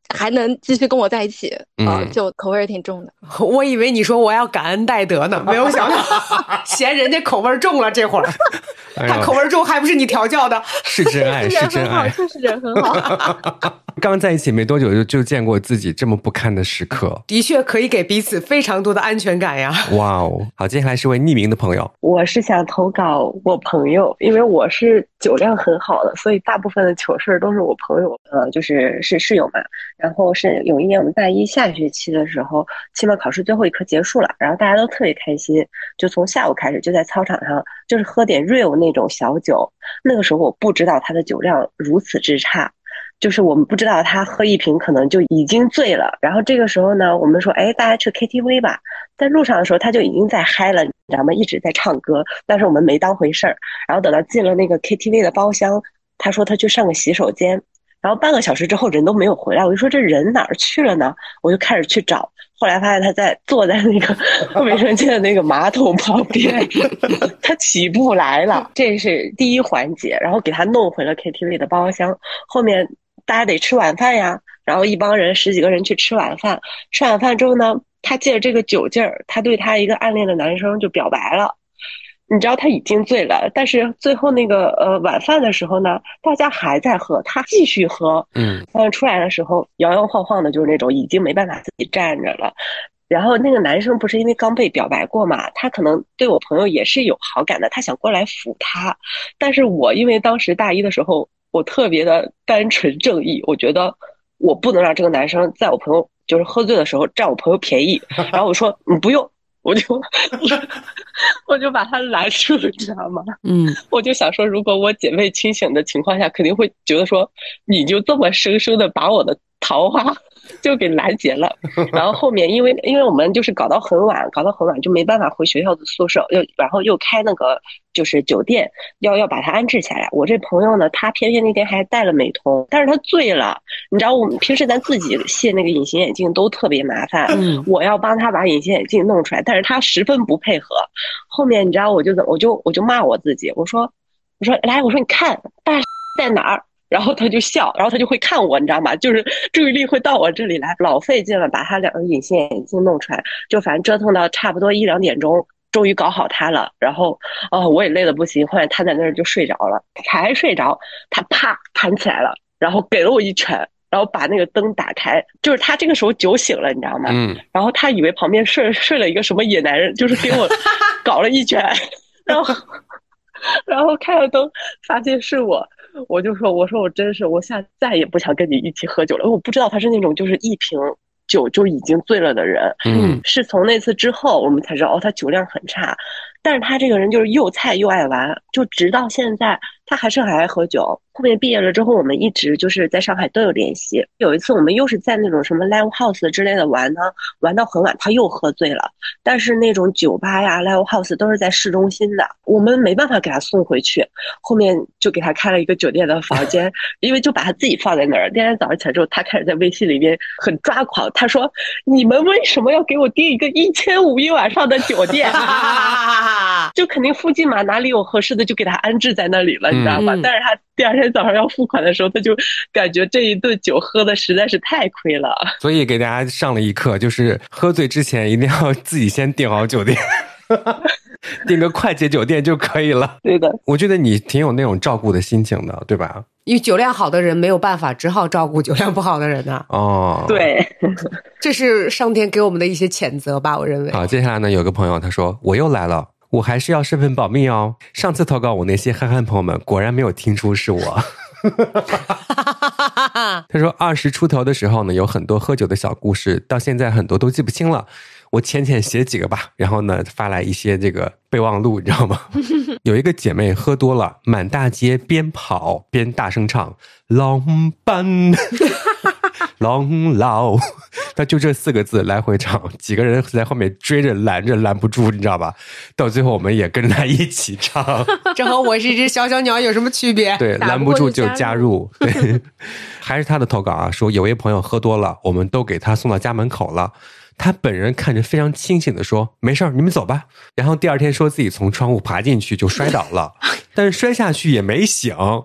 还能继续跟我在一起，嗯、呃，就口味挺重的。 我以为你说我要感恩戴德呢，没有想到嫌人家口味重了，这会儿他口味重还不是你调教的， 是真爱，是真爱， 确实人很好。 刚在一起没多久就就见过自己这么不堪的时刻， 的确可以给彼此非常多的安全感呀。 哇哦，好，接下来是位匿名的朋友， 我是想投稿我朋友，因为我是酒量很好的，所以大部分的糗事都是我朋友，呃，就是是室友嘛。然后是有一年我们大一下学期的时候，期末考试最后一科结束了，然后大家都特别开心，就从下午开始就在操场上就是喝点 real 那种小酒。那个时候我不知道他的酒量如此之差，就是我们不知道他喝一瓶可能就已经醉了。然后这个时候呢，我们说哎，大家去 K T V 吧。在路上的时候他就已经在嗨了，你知道吗？一直在唱歌，但是我们没当回事儿。然后等到进了那个 K T V 的包厢，他说他去上个洗手间，然后半个小时之后人都没有回来，我就说这人哪儿去了呢？我就开始去找，后来发现他在坐在那个卫生间的那个马桶旁边，他起不来了，这是第一环节。然后给他弄回了 K T V 的包厢，后面大家得吃晚饭呀，然后一帮人十几个人去吃晚饭，吃晚饭之后呢，他借着这个酒劲儿，他对他一个暗恋的男生就表白了。你知道他已经醉了，但是最后那个呃晚饭的时候呢，大家还在喝，他继续喝，嗯，但是出来的时候摇摇晃晃的，就是那种已经没办法自己站着了。然后那个男生不是因为刚被表白过嘛，他可能对我朋友也是有好感的，他想过来抚他。但是我因为当时大一的时候，我特别的单纯正义，我觉得我不能让这个男生在我朋友就是喝醉的时候占我朋友便宜。然后我说你不用。我就我就把他拦住了，你知道吗？嗯，我就想说，如果我姐妹清醒的情况下，肯定会觉得说，你就这么生生的把我的桃花就给拦截了。然后后面因为因为我们就是搞到很晚，搞到很晚就没办法回学校的宿舍，又然后又开那个就是酒店，要要把他安置下来。我这朋友呢，他偏偏那天还带了美瞳，但是他醉了。你知道我们平时咱自己卸那个隐形眼镜都特别麻烦，嗯，我要帮他把隐形眼镜弄出来，但是他十分不配合。后面你知道我就我就我就骂我自己，我说我说来我说你看大在哪儿？然后他就笑，然后他就会看我，你知道吗？就是注意力会到我这里来，老费劲了，把他两个隐形眼镜弄出来，就反正折腾到差不多一两点钟，终于搞好他了。然后，哦，我也累得不行，后来他在那儿就睡着了，还睡着，他啪弹起来了，然后给了我一拳，然后把那个灯打开，就是他这个时候酒醒了，你知道吗？嗯。然后他以为旁边睡睡了一个什么野男人，就是给我搞了一拳，然后，然后开了灯，发现是我。我就说，我说我真是，我现在再也不想跟你一起喝酒了。我不知道他是那种就是一瓶酒就已经醉了的人。嗯，是从那次之后我们才知道，哦，他酒量很差。但是他这个人就是又菜又爱玩，就直到现在他还是很爱喝酒。后面毕业了之后，我们一直就是在上海都有联系。有一次我们又是在那种什么 live house 之类的玩呢，玩到很晚，他又喝醉了。但是那种酒吧呀 live house 都是在市中心的，我们没办法给他送回去，后面就给他开了一个酒店的房间，因为就把他自己放在那儿。第二天早上起来之后，他开始在微信里面很抓狂，他说你们为什么要给我订一个一千五一晚上的酒店？就肯定附近嘛，哪里有合适的就给他安置在那里了，你知道吧？嗯、但是他第二天早上要付款的时候，他就感觉这一顿酒喝的实在是太亏了， 所以给大家上了一课，就是喝醉之前一定要自己先订好酒店。订个快捷酒店就可以了。 对的， 我觉得你挺有那种照顾的心情的，对吧？ 因为酒量好的人没有办法，只好照顾酒量不好的人啊。 哦， 对， 这是上天给我们的一些谴责吧，我认为。 好，接下来呢，有个朋友他说，我又来了，我还是要身份保密哦。上次投稿我那些憨憨朋友们果然没有听出是我。他说二十出头的时候呢，有很多喝酒的小故事，到现在很多都记不清了。我浅浅写几个吧，然后呢发来一些这个备忘录，你知道吗？有一个姐妹喝多了，满大街边跑边大声唱浪班浪老，她就这四个字来回唱，几个人在后面追着拦着拦不住，你知道吧？到最后我们也跟着她一起唱。 这和我是一只小小鸟有什么区别？ 对，拦不住就加入。对，还是他的投稿啊，说有位朋友喝多了，我们都给他送到家门口了。他本人看着非常清醒的说，没事儿，你们走吧。然后第二天说自己从窗户爬进去就摔倒了，但是摔下去也没醒。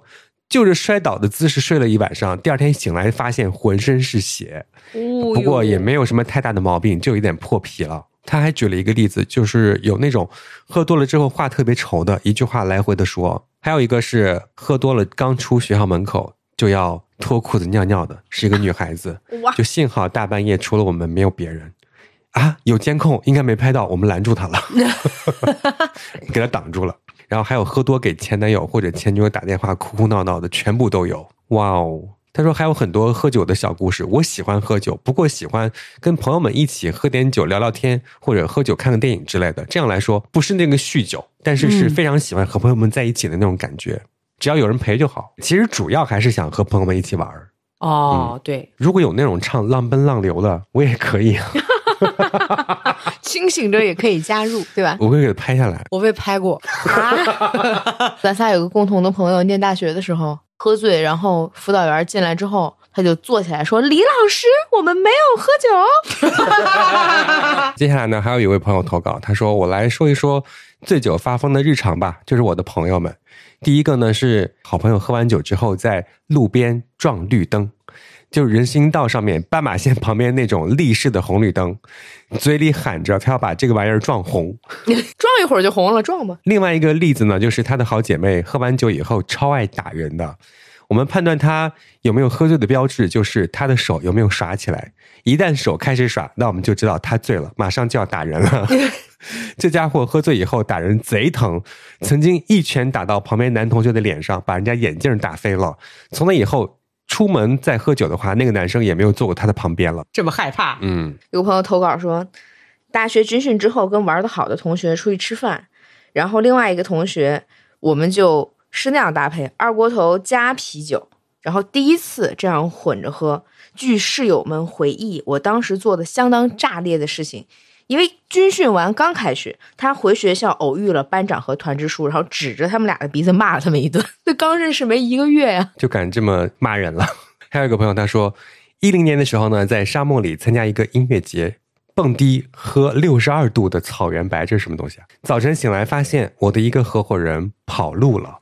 就着摔倒的姿势睡了一晚上，第二天醒来发现浑身是血，不过也没有什么太大的毛病，就有点破皮了。他还举了一个例子，就是有那种喝多了之后话特别稠的，一句话来回的说，还有一个是喝多了刚出学校门口就要脱裤子尿尿的，是一个女孩子，就幸好大半夜除了我们没有别人啊，有监控应该没拍到，我们拦住她了给她挡住了。然后还有喝多给前男友或者前女友打电话哭哭闹闹的，全部都有。哇哦，他说还有很多喝酒的小故事。我喜欢喝酒，不过喜欢跟朋友们一起喝点酒聊聊天，或者喝酒看个电影之类的。这样来说不是那个酗酒，但是是非常喜欢和朋友们在一起的那种感觉，只要有人陪就好。其实主要还是想和朋友们一起玩。 哦、嗯、对， 如果有那种唱浪奔浪流的我也可以清醒着也可以加入，对吧？ 我会给他拍下来。 我被拍过啊咱仨有个共同的朋友，念大学的时候喝醉，然后辅导员进来之后他就坐起来说，李老师我们没有喝酒接下来呢还有一位朋友投稿，他说我来说一说醉酒发疯的日常吧，就是我的朋友们。第一个呢是好朋友喝完酒之后在路边撞绿灯，就是人行道上面斑马线旁边那种立式的红绿灯，嘴里喊着他要把这个玩意儿撞红撞一会儿就红了，撞吧。 另外一个例子呢就是他的好姐妹喝完酒以后超爱打人的，我们判断他有没有喝醉的标志就是他的手有没有耍起来，一旦手开始耍，那我们就知道他醉了，马上就要打人了这家伙喝醉以后打人贼疼，曾经一拳打到旁边男同学的脸上，把人家眼镜打飞了。从那以后出门再喝酒的话，那个男生也没有坐过他的旁边了。 这么害怕？ 嗯， 有个朋友投稿说，大学军训之后跟玩得好的同学出去吃饭，然后另外一个同学我们就是那样搭配，二锅头加啤酒，然后第一次这样混着喝。据室友们回忆，我当时做的相当炸裂的事情，因为军训完刚开学，他回学校偶遇了班长和团支书，然后指着他们俩的鼻子骂了他们一顿。这刚认识没一个月呀， 就敢这么骂人了。还有一个朋友他说，一零年的时候呢，在沙漠里参加一个音乐节，蹦迪喝六十二度的草原白，这是什么东西啊？早晨醒来发现我的一个合伙人跑路了。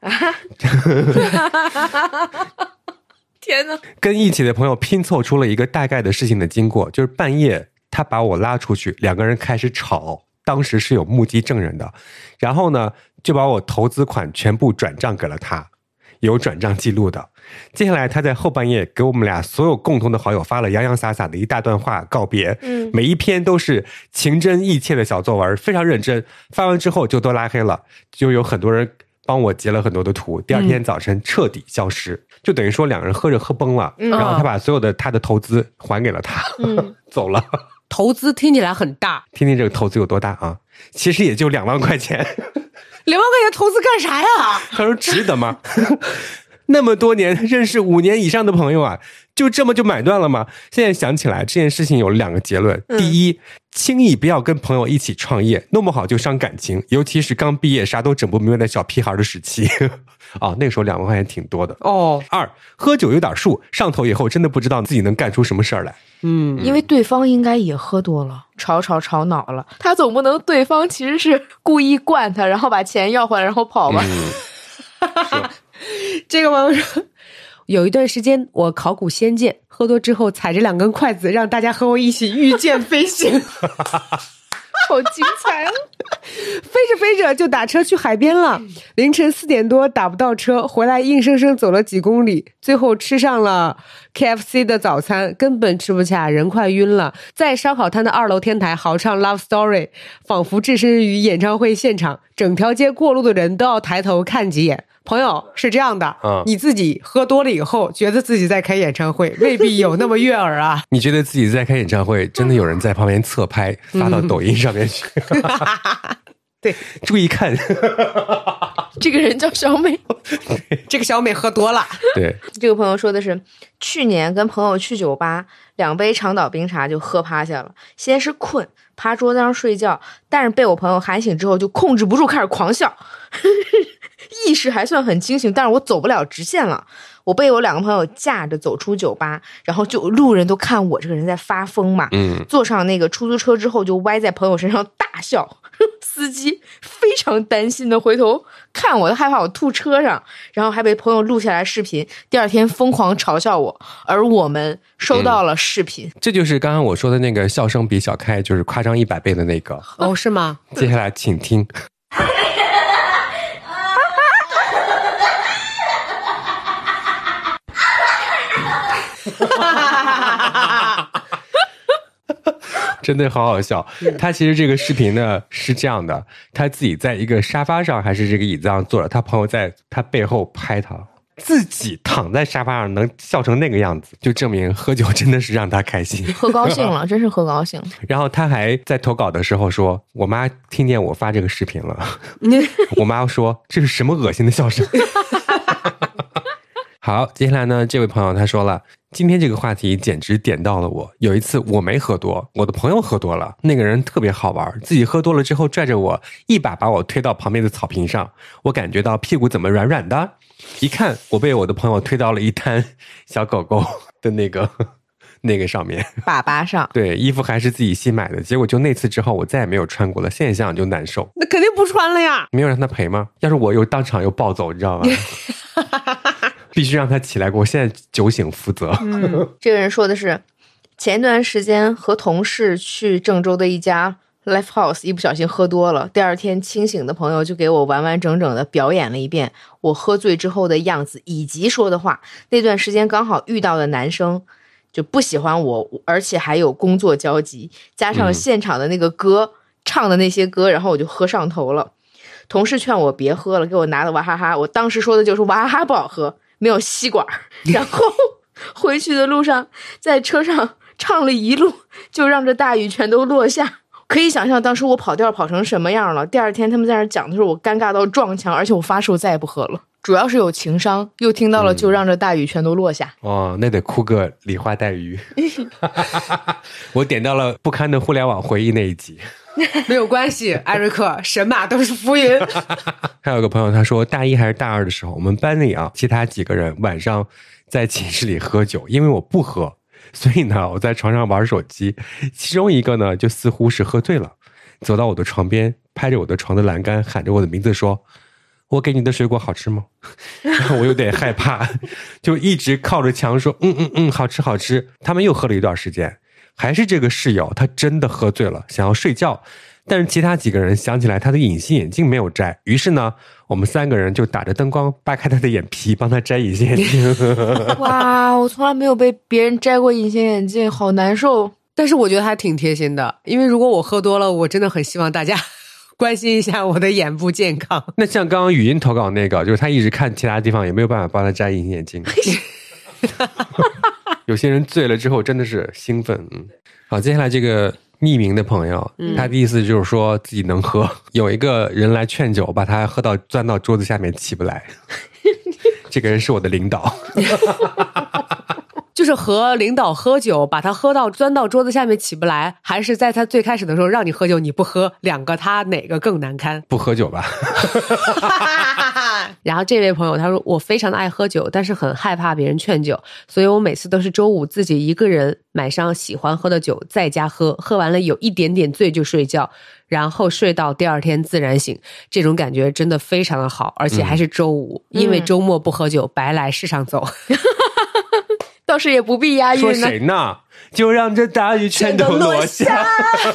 天哪！ 跟一起的朋友拼凑出了一个大概的事情的经过，就是半夜他把我拉出去，两个人开始吵，当时是有目击证人的，然后呢就把我投资款全部转账给了他，有转账记录的。接下来他在后半夜给我们俩所有共同的好友发了洋洋洒洒的一大段话告别，嗯，每一篇都是情真意切的小作文，非常认真。发完之后就都拉黑了，就有很多人帮我截了很多的图，第二天早晨彻底消失，嗯，就等于说两个人喝着喝崩了，嗯，然后他把所有的他的投资还给了他，嗯，走了。 投资听起来很大， 听听这个投资有多大啊？其实也就两万块钱。 两万块钱投资干啥呀？ 他说值得吗？那么多年认识五年以上的朋友啊，就这么就买断了吗？现在想起来这件事情有两个结论，嗯，第一，轻易不要跟朋友一起创业，弄不好就伤感情，尤其是刚毕业啥都整不明白的小屁孩的时期。哦，那个时候两万块钱挺多的哦。 二，喝酒有点数，上头以后真的不知道自己能干出什么事儿来。 嗯，因为对方应该也喝多了，吵吵吵恼了，他总不能对方其实是故意灌他，然后把钱要回来然后跑吧。 嗯， 这个朋友说，有一段时间我考古仙剑，喝多之后踩着两根筷子让大家和我一起御剑飞行。 好精彩啊！ 飞着飞着就打车去海边了，凌晨四点多打不到车，回来硬生生走了几公里，最后吃上了 K F C 的早餐，根本吃不下，人快晕了。在烧烤摊的二楼天台豪唱 Love Story， 仿佛置身于演唱会现场，整条街过路的人都要抬头看几眼。朋友，是这样的，嗯，你自己喝多了以后觉得自己在开演唱会，未必有那么悦耳啊。 你觉得自己在开演唱会，真的有人在旁边侧拍，嗯，发到抖音上面去。 对， 注意看。 这个人叫小美。 这个小美喝多了。 对， 这个朋友说的是，去年跟朋友去酒吧，两杯长岛冰茶就喝趴下了，先是困，趴桌子上睡觉，但是被我朋友喊醒之后就控制不住开始狂笑。意识还算很清醒，但是我走不了直线了。我被我两个朋友架着走出酒吧，然后就路人都看我这个人在发疯嘛。嗯，坐上那个出租车之后就歪在朋友身上大笑， 司机非常担心的回头看我，害怕我吐车上，然后还被朋友录下来视频，第二天疯狂嘲笑我，而我们收到了视频、嗯、 这就是刚刚我说的那个笑声比小开就是夸张一百倍的那个。 哦，是吗？ 接下来请听。真的好好笑。他其实这个视频呢是这样的，他自己在一个沙发上还是这个椅子上坐着，他朋友在他背后拍他，自己躺在沙发上能笑成那个样子，就证明喝酒真的是让他开心， 喝高兴了，真是喝高兴。 然后他还在投稿的时候说，我妈听见我发这个视频了，我妈说这是什么恶心的笑声。好，接下来呢，这位朋友他说了，今天这个话题简直点到了我。有一次我没喝多，我的朋友喝多了，那个人特别好玩，自己喝多了之后拽着我一把把我推到旁边的草坪上，我感觉到屁股怎么软软的，一看我被我的朋友推到了一滩小狗狗的那个那个上面， 粑粑上。对， 衣服还是自己新买的，结果就那次之后我再也没有穿过了，现在想想就难受。 那肯定不穿了呀。 没有让他赔吗？要是我有当场又暴走，你知道吗？必须让他起来给我现在酒醒负责。 嗯，这个人说的是，前一段时间和同事去郑州的一家 live house， 一不小心喝多了，第二天清醒的朋友就给我完完整整的表演了一遍我喝醉之后的样子以及说的话。那段时间刚好遇到的男生就不喜欢我，而且还有工作交集，加上现场的那个歌、嗯、唱的那些歌，然后我就喝上头了。同事劝我别喝了，给我拿的娃哈哈，我当时说的就是娃哈哈不好喝，没有吸管。然后回去的路上在车上唱了一路，就让这大雨全都落下。可以想象当时我跑调跑成什么样了。第二天他们在那讲的时候，我尴尬到撞墙，而且我发誓我再也不喝了。主要是有情商，又听到了就让这大雨全都落下。 嗯、哦，那得哭个梨花带雨。我点到了不堪的互联网回忆那一集。 没有关系，艾瑞克，神马都是浮云。 还有个朋友他说，大一还是大二的时候，我们班里啊，其他几个人晚上在寝室里喝酒，因为我不喝，所以呢我在床上玩手机，其中一个呢就似乎是喝醉了，走到我的床边，拍着我的床的栏杆，喊着我的名字说，我给你的水果好吃吗？然后我有点害怕，就一直靠着墙说嗯嗯嗯，好吃好吃。他们又喝了一段时间，还是这个室友他真的喝醉了，想要睡觉，但是其他几个人想起来他的隐形眼镜没有摘，于是呢我们三个人就打着灯光扒开他的眼皮帮他摘隐形眼镜。 哇，我从来没有被别人摘过隐形眼镜，好难受。 但是我觉得还挺贴心的，因为如果我喝多了，我真的很希望大家关心一下我的眼部健康。 那像刚刚语音投稿那个，就是他一直看其他地方也没有办法帮他摘隐形眼镜。有些人醉了之后真的是兴奋。嗯，好，接下来这个匿名的朋友、嗯、他的意思就是说自己能喝，有一个人来劝酒，把他喝到钻到桌子下面起不来。这个人是我的领导。 就是和领导喝酒，把他喝到钻到桌子下面起不来，还是在他最开始的时候让你喝酒你不喝，两个他哪个更难堪？ 不喝酒吧。 然后这位朋友他说，我非常的爱喝酒，但是很害怕别人劝酒，所以我每次都是周五自己一个人买上喜欢喝的酒在家喝，喝完了有一点点醉就睡觉，然后睡到第二天自然醒，这种感觉真的非常的好，而且还是周五、嗯、因为周末不喝酒白来世上走。 倒是也不必押韵呢。 说谁呢？就让这大雨全都落下。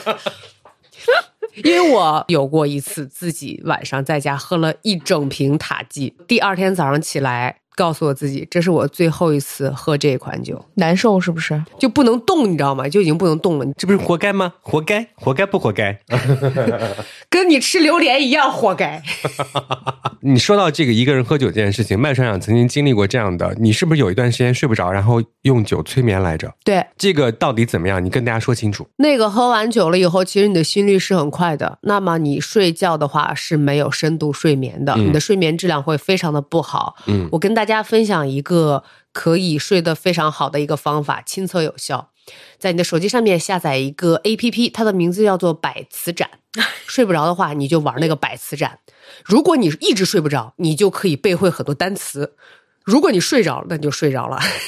因为我有过一次自己晚上在家喝了一整瓶塔基，第二天早上起来告诉我自己，这是我最后一次喝这款酒。 难受是不是？ 就不能动，你知道吗？就已经不能动了。 这不是活该吗？活该，活该不活该？ 跟你吃榴莲一样活该。 你说到这个一个人喝酒这件事情，麦船长曾经经历过这样的，你是不是有一段时间睡不着，然后用酒催眠来着？ 对， 这个到底怎么样？你跟大家说清楚。 那个喝完酒了以后，其实你的心率是很快的，那么你睡觉的话是没有深度睡眠的、嗯、你的睡眠质量会非常的不好。嗯，我跟大家分享一个可以睡得非常好的一个方法，亲测有效。在你的手机上面下载一个 A P P， 它的名字叫做百词斩。睡不着的话你就玩那个百词斩，如果你一直睡不着，你就可以背会很多单词，如果你睡着了那你就睡着了。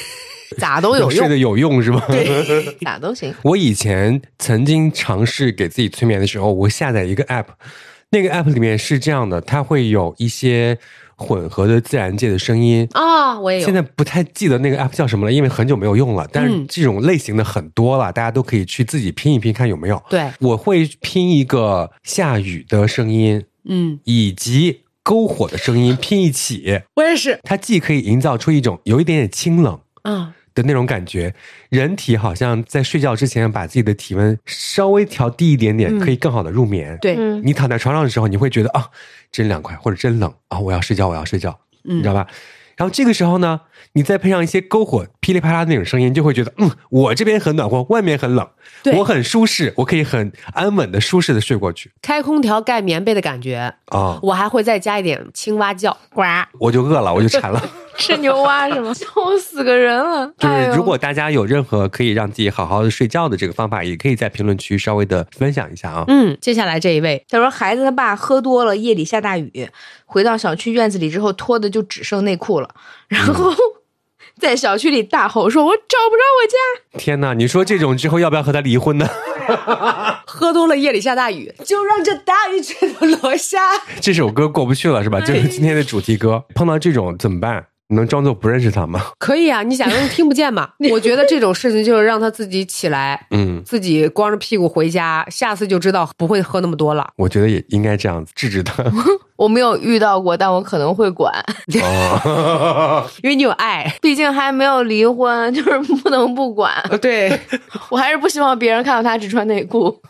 咋都有用， 睡得有用是吧？ 对，咋都行。 我以前曾经尝试给自己催眠的时候，我下载一个 app， 那个 app 里面是这样的，它会有一些混合的自然界的声音啊，我也有。 现在不太记得那个 app 叫什么了，因为很久没有用了。但是这种类型的很多了，嗯、大家都可以去自己拼一拼看有没有。 对， 我会拼一个下雨的声音， 嗯， 以及篝火的声音拼一起。 我也是。 它既可以营造出一种有一点点清冷啊的那种感觉，人体好像在睡觉之前把自己的体温稍微调低一点点，嗯、可以更好的入眠。 对， 你躺在床上的时候，你会觉得啊，真凉快或者真冷啊，我要睡觉，我要睡觉，嗯、你知道吧？然后这个时候呢，你再配上一些篝火噼里啪啦那种声音，就会觉得嗯，我这边很暖和，外面很冷，我很舒适，我可以很安稳的舒适的睡过去。 开空调盖棉被的感觉啊、哦！我还会再加一点青蛙叫，呱！ 我就饿了，我就馋了。 吃牛蛙是吗？笑死个人了。 就是如果大家有任何可以让自己好好的睡觉的这个方法，也可以在评论区稍微的分享一下啊。 嗯，接下来这一位， 他说孩子他爸喝多了，夜里下大雨，回到小区院子里之后，脱的就只剩内裤了，然后、嗯、在小区里大吼说：“我找不着我家！” 天哪，你说这种之后要不要和他离婚呢？ 喝多了夜里下大雨，就让这大雨吹到楼下。 这首歌过不去了是吧？就是今天的主题歌。碰到这种怎么办？你能装作不认识他吗？ 可以啊，你假装听不见嘛。我觉得这种事情就是让他自己起来，嗯，自己光着屁股回家，下次就知道不会喝那么多了。 我觉得也应该这样子制止他。 我没有遇到过，但我可能会管， 哦、 因为你有爱， 毕竟还没有离婚，就是不能不管。 对， 我还是不希望别人看到他只穿内裤。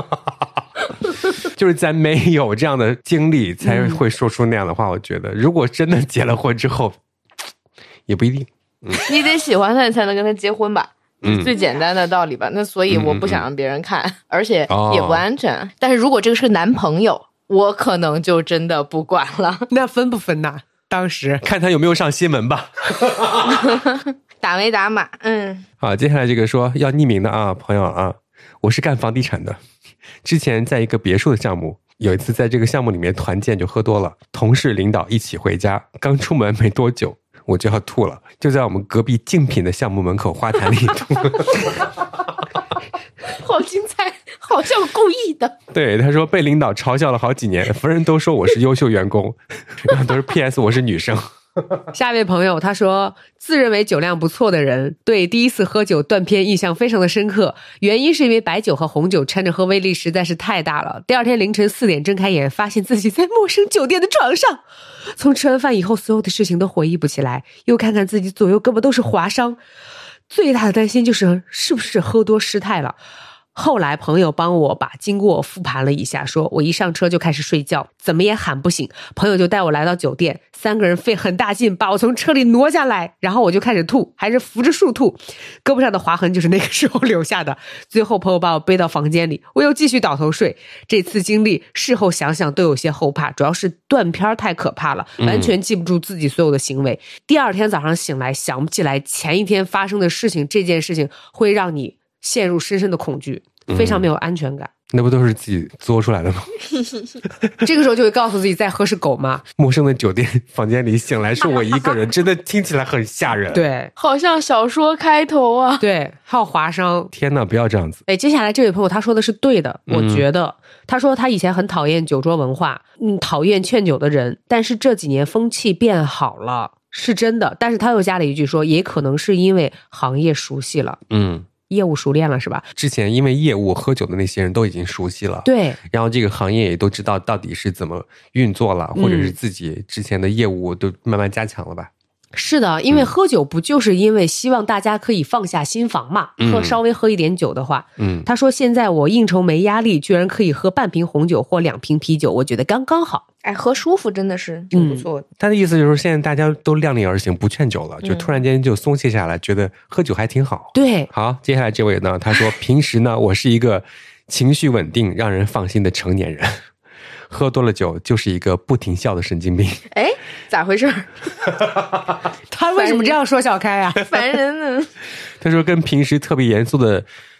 就是咱没有这样的经历，才会说出那样的话。嗯、我觉得，如果真的结了婚之后。也不一定、嗯、 你得喜欢他你才能跟他结婚吧、嗯、最简单的道理吧。那所以我不想让别人看、嗯嗯嗯、而且也不安全、哦、但是如果这个是男朋友，我可能就真的不管了。 那分不分呐？当时看他有没有上新闻吧。 打没打码。嗯， 好，接下来这个说要匿名的啊，朋友啊，我是干房地产的，之前在一个别墅的项目，有一次在这个项目里面团建就喝多了，同事领导一起回家，刚出门没多久我就要吐了，就在我们隔壁竞品的项目门口花坛里吐。 好精彩，好像故意的。 对，他说被领导嘲笑了好几年，逢人都说我是优秀员工，然后都是 P S 我是女生。 下一位朋友他说，自认为酒量不错的人对第一次喝酒断片印象非常的深刻，原因是因为白酒和红酒掺着喝威力实在是太大了。第二天凌晨四点睁开眼，发现自己在陌生酒店的床上，从吃完饭以后所有的事情都回忆不起来，又看看自己左右胳膊都是划伤，最大的担心就是是不是喝多失态了。后来朋友帮我把经过复盘了一下，说我一上车就开始睡觉，怎么也喊不醒，朋友就带我来到酒店，三个人费很大劲把我从车里挪下来，然后我就开始吐，还是扶着树吐，胳膊上的划痕就是那个时候留下的。最后朋友把我背到房间里，我又继续倒头睡。这次经历事后想想都有些后怕，主要是断片太可怕了，完全记不住自己所有的行为、嗯、第二天早上醒来想不起来前一天发生的事情，这件事情会让你陷入深深的恐惧，非常没有安全感、 嗯、那不都是自己作出来的吗？ 这个时候就会告诉自己在喝是狗吗？ 陌生的酒店房间里醒来是我一个人，真的听起来很吓人。 对， 好像小说开头啊。 对，还有划伤。 天哪，不要这样子。 哎，接下来这位朋友他说的是对的、嗯、我觉得他说他以前很讨厌酒桌文化，嗯，讨厌劝酒的人，但是这几年风气变好了，是真的。但是他又加了一句说，也可能是因为行业熟悉了。嗯，业务熟练了是吧？ 之前因为业务喝酒的那些人都已经熟悉了， 对， 然后这个行业也都知道到底是怎么运作了、嗯、或者是自己之前的业务都慢慢加强了吧。 是的，因为喝酒不就是因为希望大家可以放下心防嘛、嗯、喝稍微喝一点酒的话，嗯，他说现在我应酬没压力，居然可以喝半瓶红酒或两瓶啤酒，我觉得刚刚好。 哎，喝舒服真的是挺不错的、 嗯、他的意思就是现在大家都量力而行，不劝酒了，就突然间就松懈下来、嗯、觉得喝酒还挺好。 对， 好，接下来这位呢，他说平时呢我是一个情绪稳定让人放心的成年人，喝多了酒就是一个不停笑的神经病。 哎，咋回事？ 他为什么这样说小开啊？ 烦人呢。 他说跟平时特别严肃的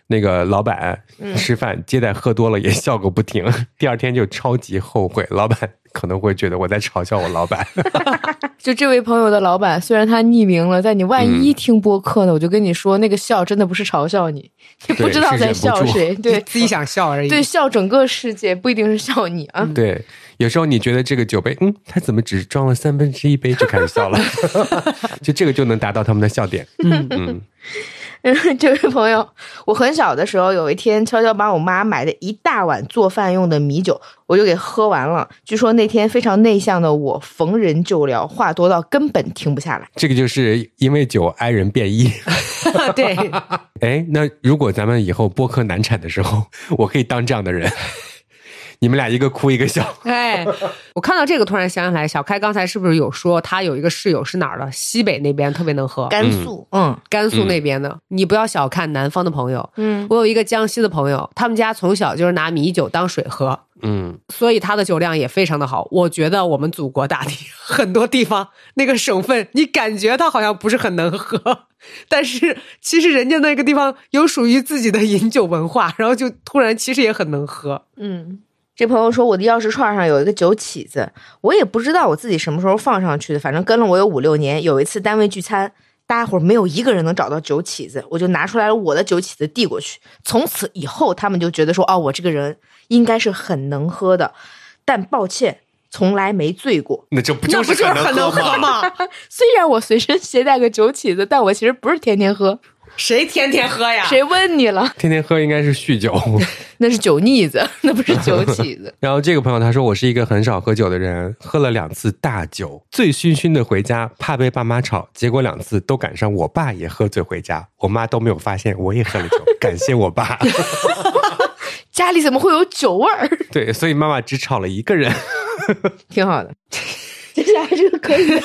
那个老板吃饭、嗯、接待喝多了也笑个不停，第二天就超级后悔，老板可能会觉得我在嘲笑我老板。 就这位朋友的老板，虽然他匿名了，但你万一听播客呢、嗯、我就跟你说，那个笑真的不是嘲笑你，你不知道在笑谁，对， 自己想笑而已， 对，笑整个世界，不一定是笑你啊、 嗯、对，有时候你觉得这个酒杯嗯他怎么只装了三分之一杯就开始笑了。就这个就能达到他们的笑点。嗯嗯。 这位朋友，我很小的时候有一天悄悄把我妈买的一大碗做饭用的米酒我就给喝完了，据说那天非常内向的我逢人就聊，话多到根本停不下来。 这个就是因为酒哀人变异。 对。 哎，那如果咱们以后播客难产的时候，我可以当这样的人。你们俩一个哭一个笑。 哎，我看到这个突然想起来，小开刚才是不是有说他有一个室友是哪儿的？西北那边特别能喝， 甘肃，嗯， 甘肃那边的、嗯。你不要小看南方的朋友，嗯，我有一个江西的朋友，他们家从小就是拿米酒当水喝，嗯，所以他的酒量也非常的好。我觉得我们祖国大地很多地方那个省份，你感觉他好像不是很能喝，但是其实人家那个地方有属于自己的饮酒文化，然后就突然其实也很能喝， 嗯。这朋友说我的钥匙串上有一个酒起子，我也不知道我自己什么时候放上去的，反正跟了我有五六年。有一次单位聚餐，大家伙没有一个人能找到酒起子，我就拿出来了我的酒起子递过去。从此以后他们就觉得说，哦，我这个人应该是很能喝的，但抱歉从来没醉过。 那这不就是很能喝吗？ 虽然我随身携带个酒起子，但我其实不是天天喝。 谁天天喝呀？ 谁问你了？ 天天喝应该是酗酒。 那是酒腻子，那不是酒起子。 然后这个朋友他说，我是一个很少喝酒的人，喝了两次大酒，醉醺醺的回家，怕被爸妈吵，结果两次都赶上我爸也喝醉回家，我妈都没有发现我也喝了酒，感谢我爸。 家里怎么会有酒味儿？ 对，所以妈妈只吵了一个人。 挺好的。接下来这个可以。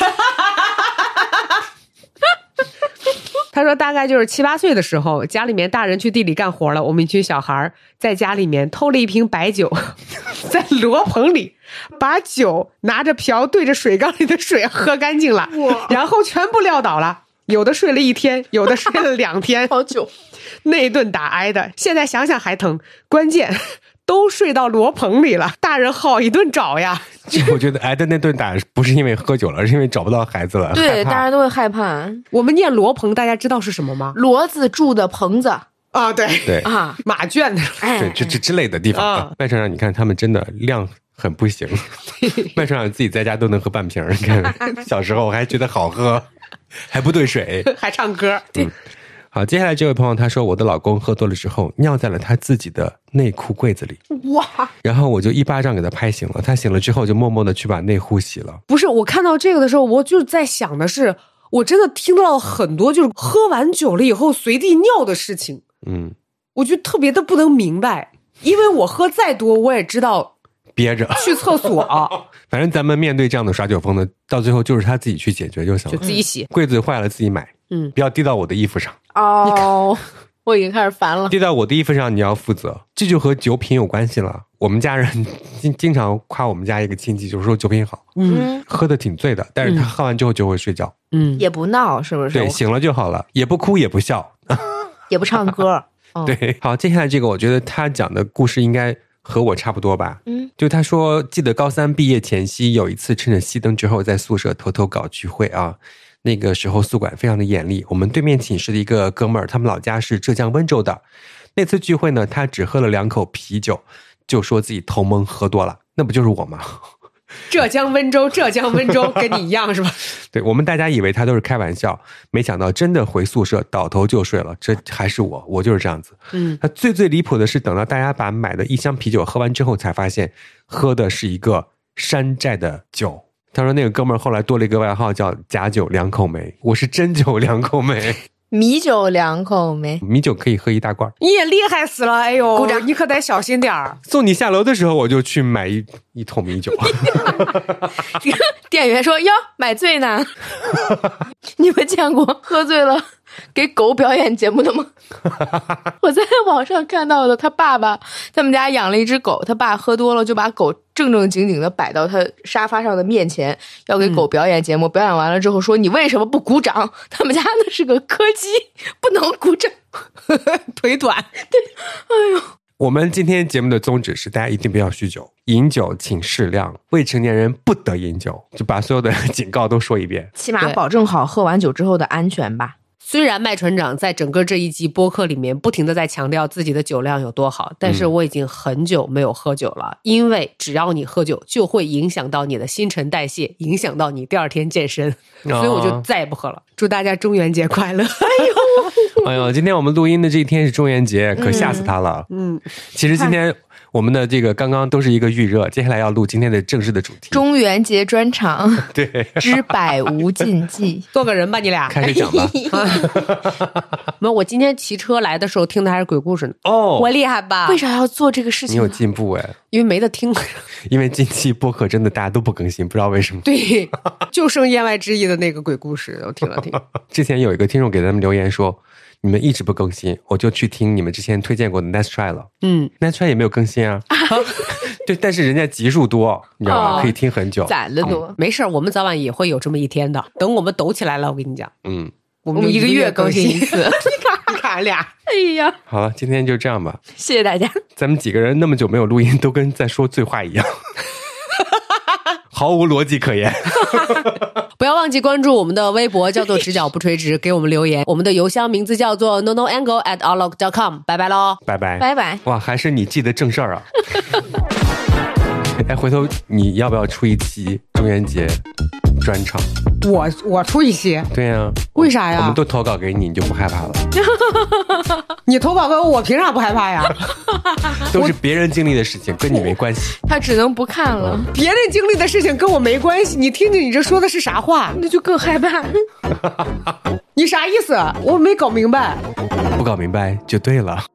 他说大概就是七八岁的时候，家里面大人去地里干活了，我们一群小孩在家里面偷了一瓶白酒，在箩棚里把酒拿着瓢对着水缸里的水喝干净了，然后全部撂倒了，有的睡了一天，有的睡了两天。 好久， 那顿打挨的现在想想还疼，关键都睡到箩棚里了，大人好一顿找呀。 我觉得挨的那顿打不是因为喝酒了，是因为找不到孩子了。 对，大家都会害怕。 我们念箩棚，大家知道是什么吗？ 骡子住的棚子啊，对对啊，马圈的， 对，这这之类的地方。啊、麦船长，你看他们真的量很不行。麦船长自己在家都能喝半瓶，你看小时候我还觉得好喝，还不兑水， 还唱歌。对。嗯好，接下来这位朋友他说，我的老公喝多了之后尿在了他自己的内裤柜子里。哇！然后我就一巴掌给他拍醒了，他醒了之后就默默的去把内裤洗了。 不是，我看到这个的时候我就在想的是，我真的听到很多就是喝完酒了以后随地尿的事情。嗯，我就特别的不能明白，因为我喝再多我也知道憋着去厕所。 反正咱们面对这样的耍酒疯的，到最后就是他自己去解决就行了， 就自己洗。 柜子坏了自己买，嗯，不要滴到我的衣服上。 哦，我已经开始烦了。 滴到我的衣服上你要负责，这就和酒品有关系了。我们家人经经常夸我们家一个亲戚，就是说酒品好，嗯，喝的挺醉的，但是他喝完之后就会睡觉， 嗯，也不闹，是不是？ 对，醒了就好了，也不哭也不笑， 也不唱歌。 哦、对，好，接下来这个我觉得他讲的故事应该和我差不多吧。嗯，就他说记得高三毕业前夕有一次趁着熄灯之后在宿舍偷偷搞聚会啊，那个时候宿管非常的严厉，我们对面寝室的一个哥们儿他们老家是浙江温州的，那次聚会呢他只喝了两口啤酒就说自己头蒙喝多了，那不就是我吗？ 浙江温州，浙江温州跟你一样是吧？ 对，我们大家以为他都是开玩笑，没想到真的回宿舍倒头就睡了，这还是我，我就是这样子。嗯，他最最离谱的是等到大家把买的一箱啤酒喝完之后才发现喝的是一个山寨的酒。他说那个哥们儿后来多了一个外号叫假酒两口梅，我是真酒两口梅。 米酒两口梅， 米酒可以喝一大罐。 你也厉害死了，哎呦，鼓掌！你可得小心点儿。 送你下楼的时候，我就去买一一桶米酒。 店员说：“哟，买醉呢？”你们见过喝醉了给狗表演节目的吗？我在网上看到的，他爸爸他们家养了一只狗，他爸喝多了就把狗正正经经的摆到他沙发上的面前，要给狗表演节目、嗯、表演完了之后说你为什么不鼓掌，他们家那是个柯基，不能鼓掌腿短。 对，哎呦， 我们今天节目的宗旨是大家一定不要酗酒，饮酒请适量，未成年人不得饮酒，就把所有的警告都说一遍， 起码保证好喝完酒之后的安全吧。 虽然麦船长在整个这一集播客里面不停地在强调自己的酒量有多好，但是我已经很久没有喝酒了、嗯、因为只要你喝酒就会影响到你的新陈代谢，影响到你第二天健身、哦、所以我就再也不喝了。祝大家中元节快乐。哎呦哎呦，今天我们录音的这一天是中元节，可吓死他了。嗯，其实今天我们的这个刚刚都是一个预热，接下来要录今天的正式的主题， 中元节专场。 对， 之百无禁忌。 做个人吧你俩， 开始讲吧。 没有，我今天骑车来的时候听的还是鬼故事呢。 哦， 我厉害吧？ 为啥要做这个事情？ 你有进步哎， 因为没得听。 因为近期播客真的大家都不更新，不知道为什么。 对，就剩言外之意的那个鬼故事我听了听。 之前有一个听众给咱们留言说，你们一直不更新，我就去听你们之前推荐过的 Nice Try 了。嗯 Nice Try 也没有更新啊。对，但是人家集数多，你知道吧、哦、可以听很久， 攒的多、 嗯、没事，我们早晚也会有这么一天的，等我们抖起来了我跟你讲。 嗯， 我们一个月更新一次。 你看俺俩，哎呀， 好了，今天就这样吧， 谢谢大家。 咱们几个人那么久没有录音，都跟在说醉话一样。毫无逻辑可言。 不要忘记关注我们的微博，叫做直角不垂直，给我们留言。我们的邮箱名字叫做 nonoangle at outlook dot com。 拜拜咯， 拜拜拜拜。 哇，还是你记得正事儿啊。哎，回头你要不要出一期中元节专场？ 我我出一期？ 对呀、啊。 为啥呀？ 我们都投稿给你，你就不害怕了？ 你投稿给我，我凭啥不害怕呀？ 都是别人经历的事情，跟你没关系。 他只能不看了。 嗯、别人经历的事情跟我没关系。你听听你这说的是啥话？ 那就更害怕。 你啥意思？我没搞明白。 不搞明白就对了。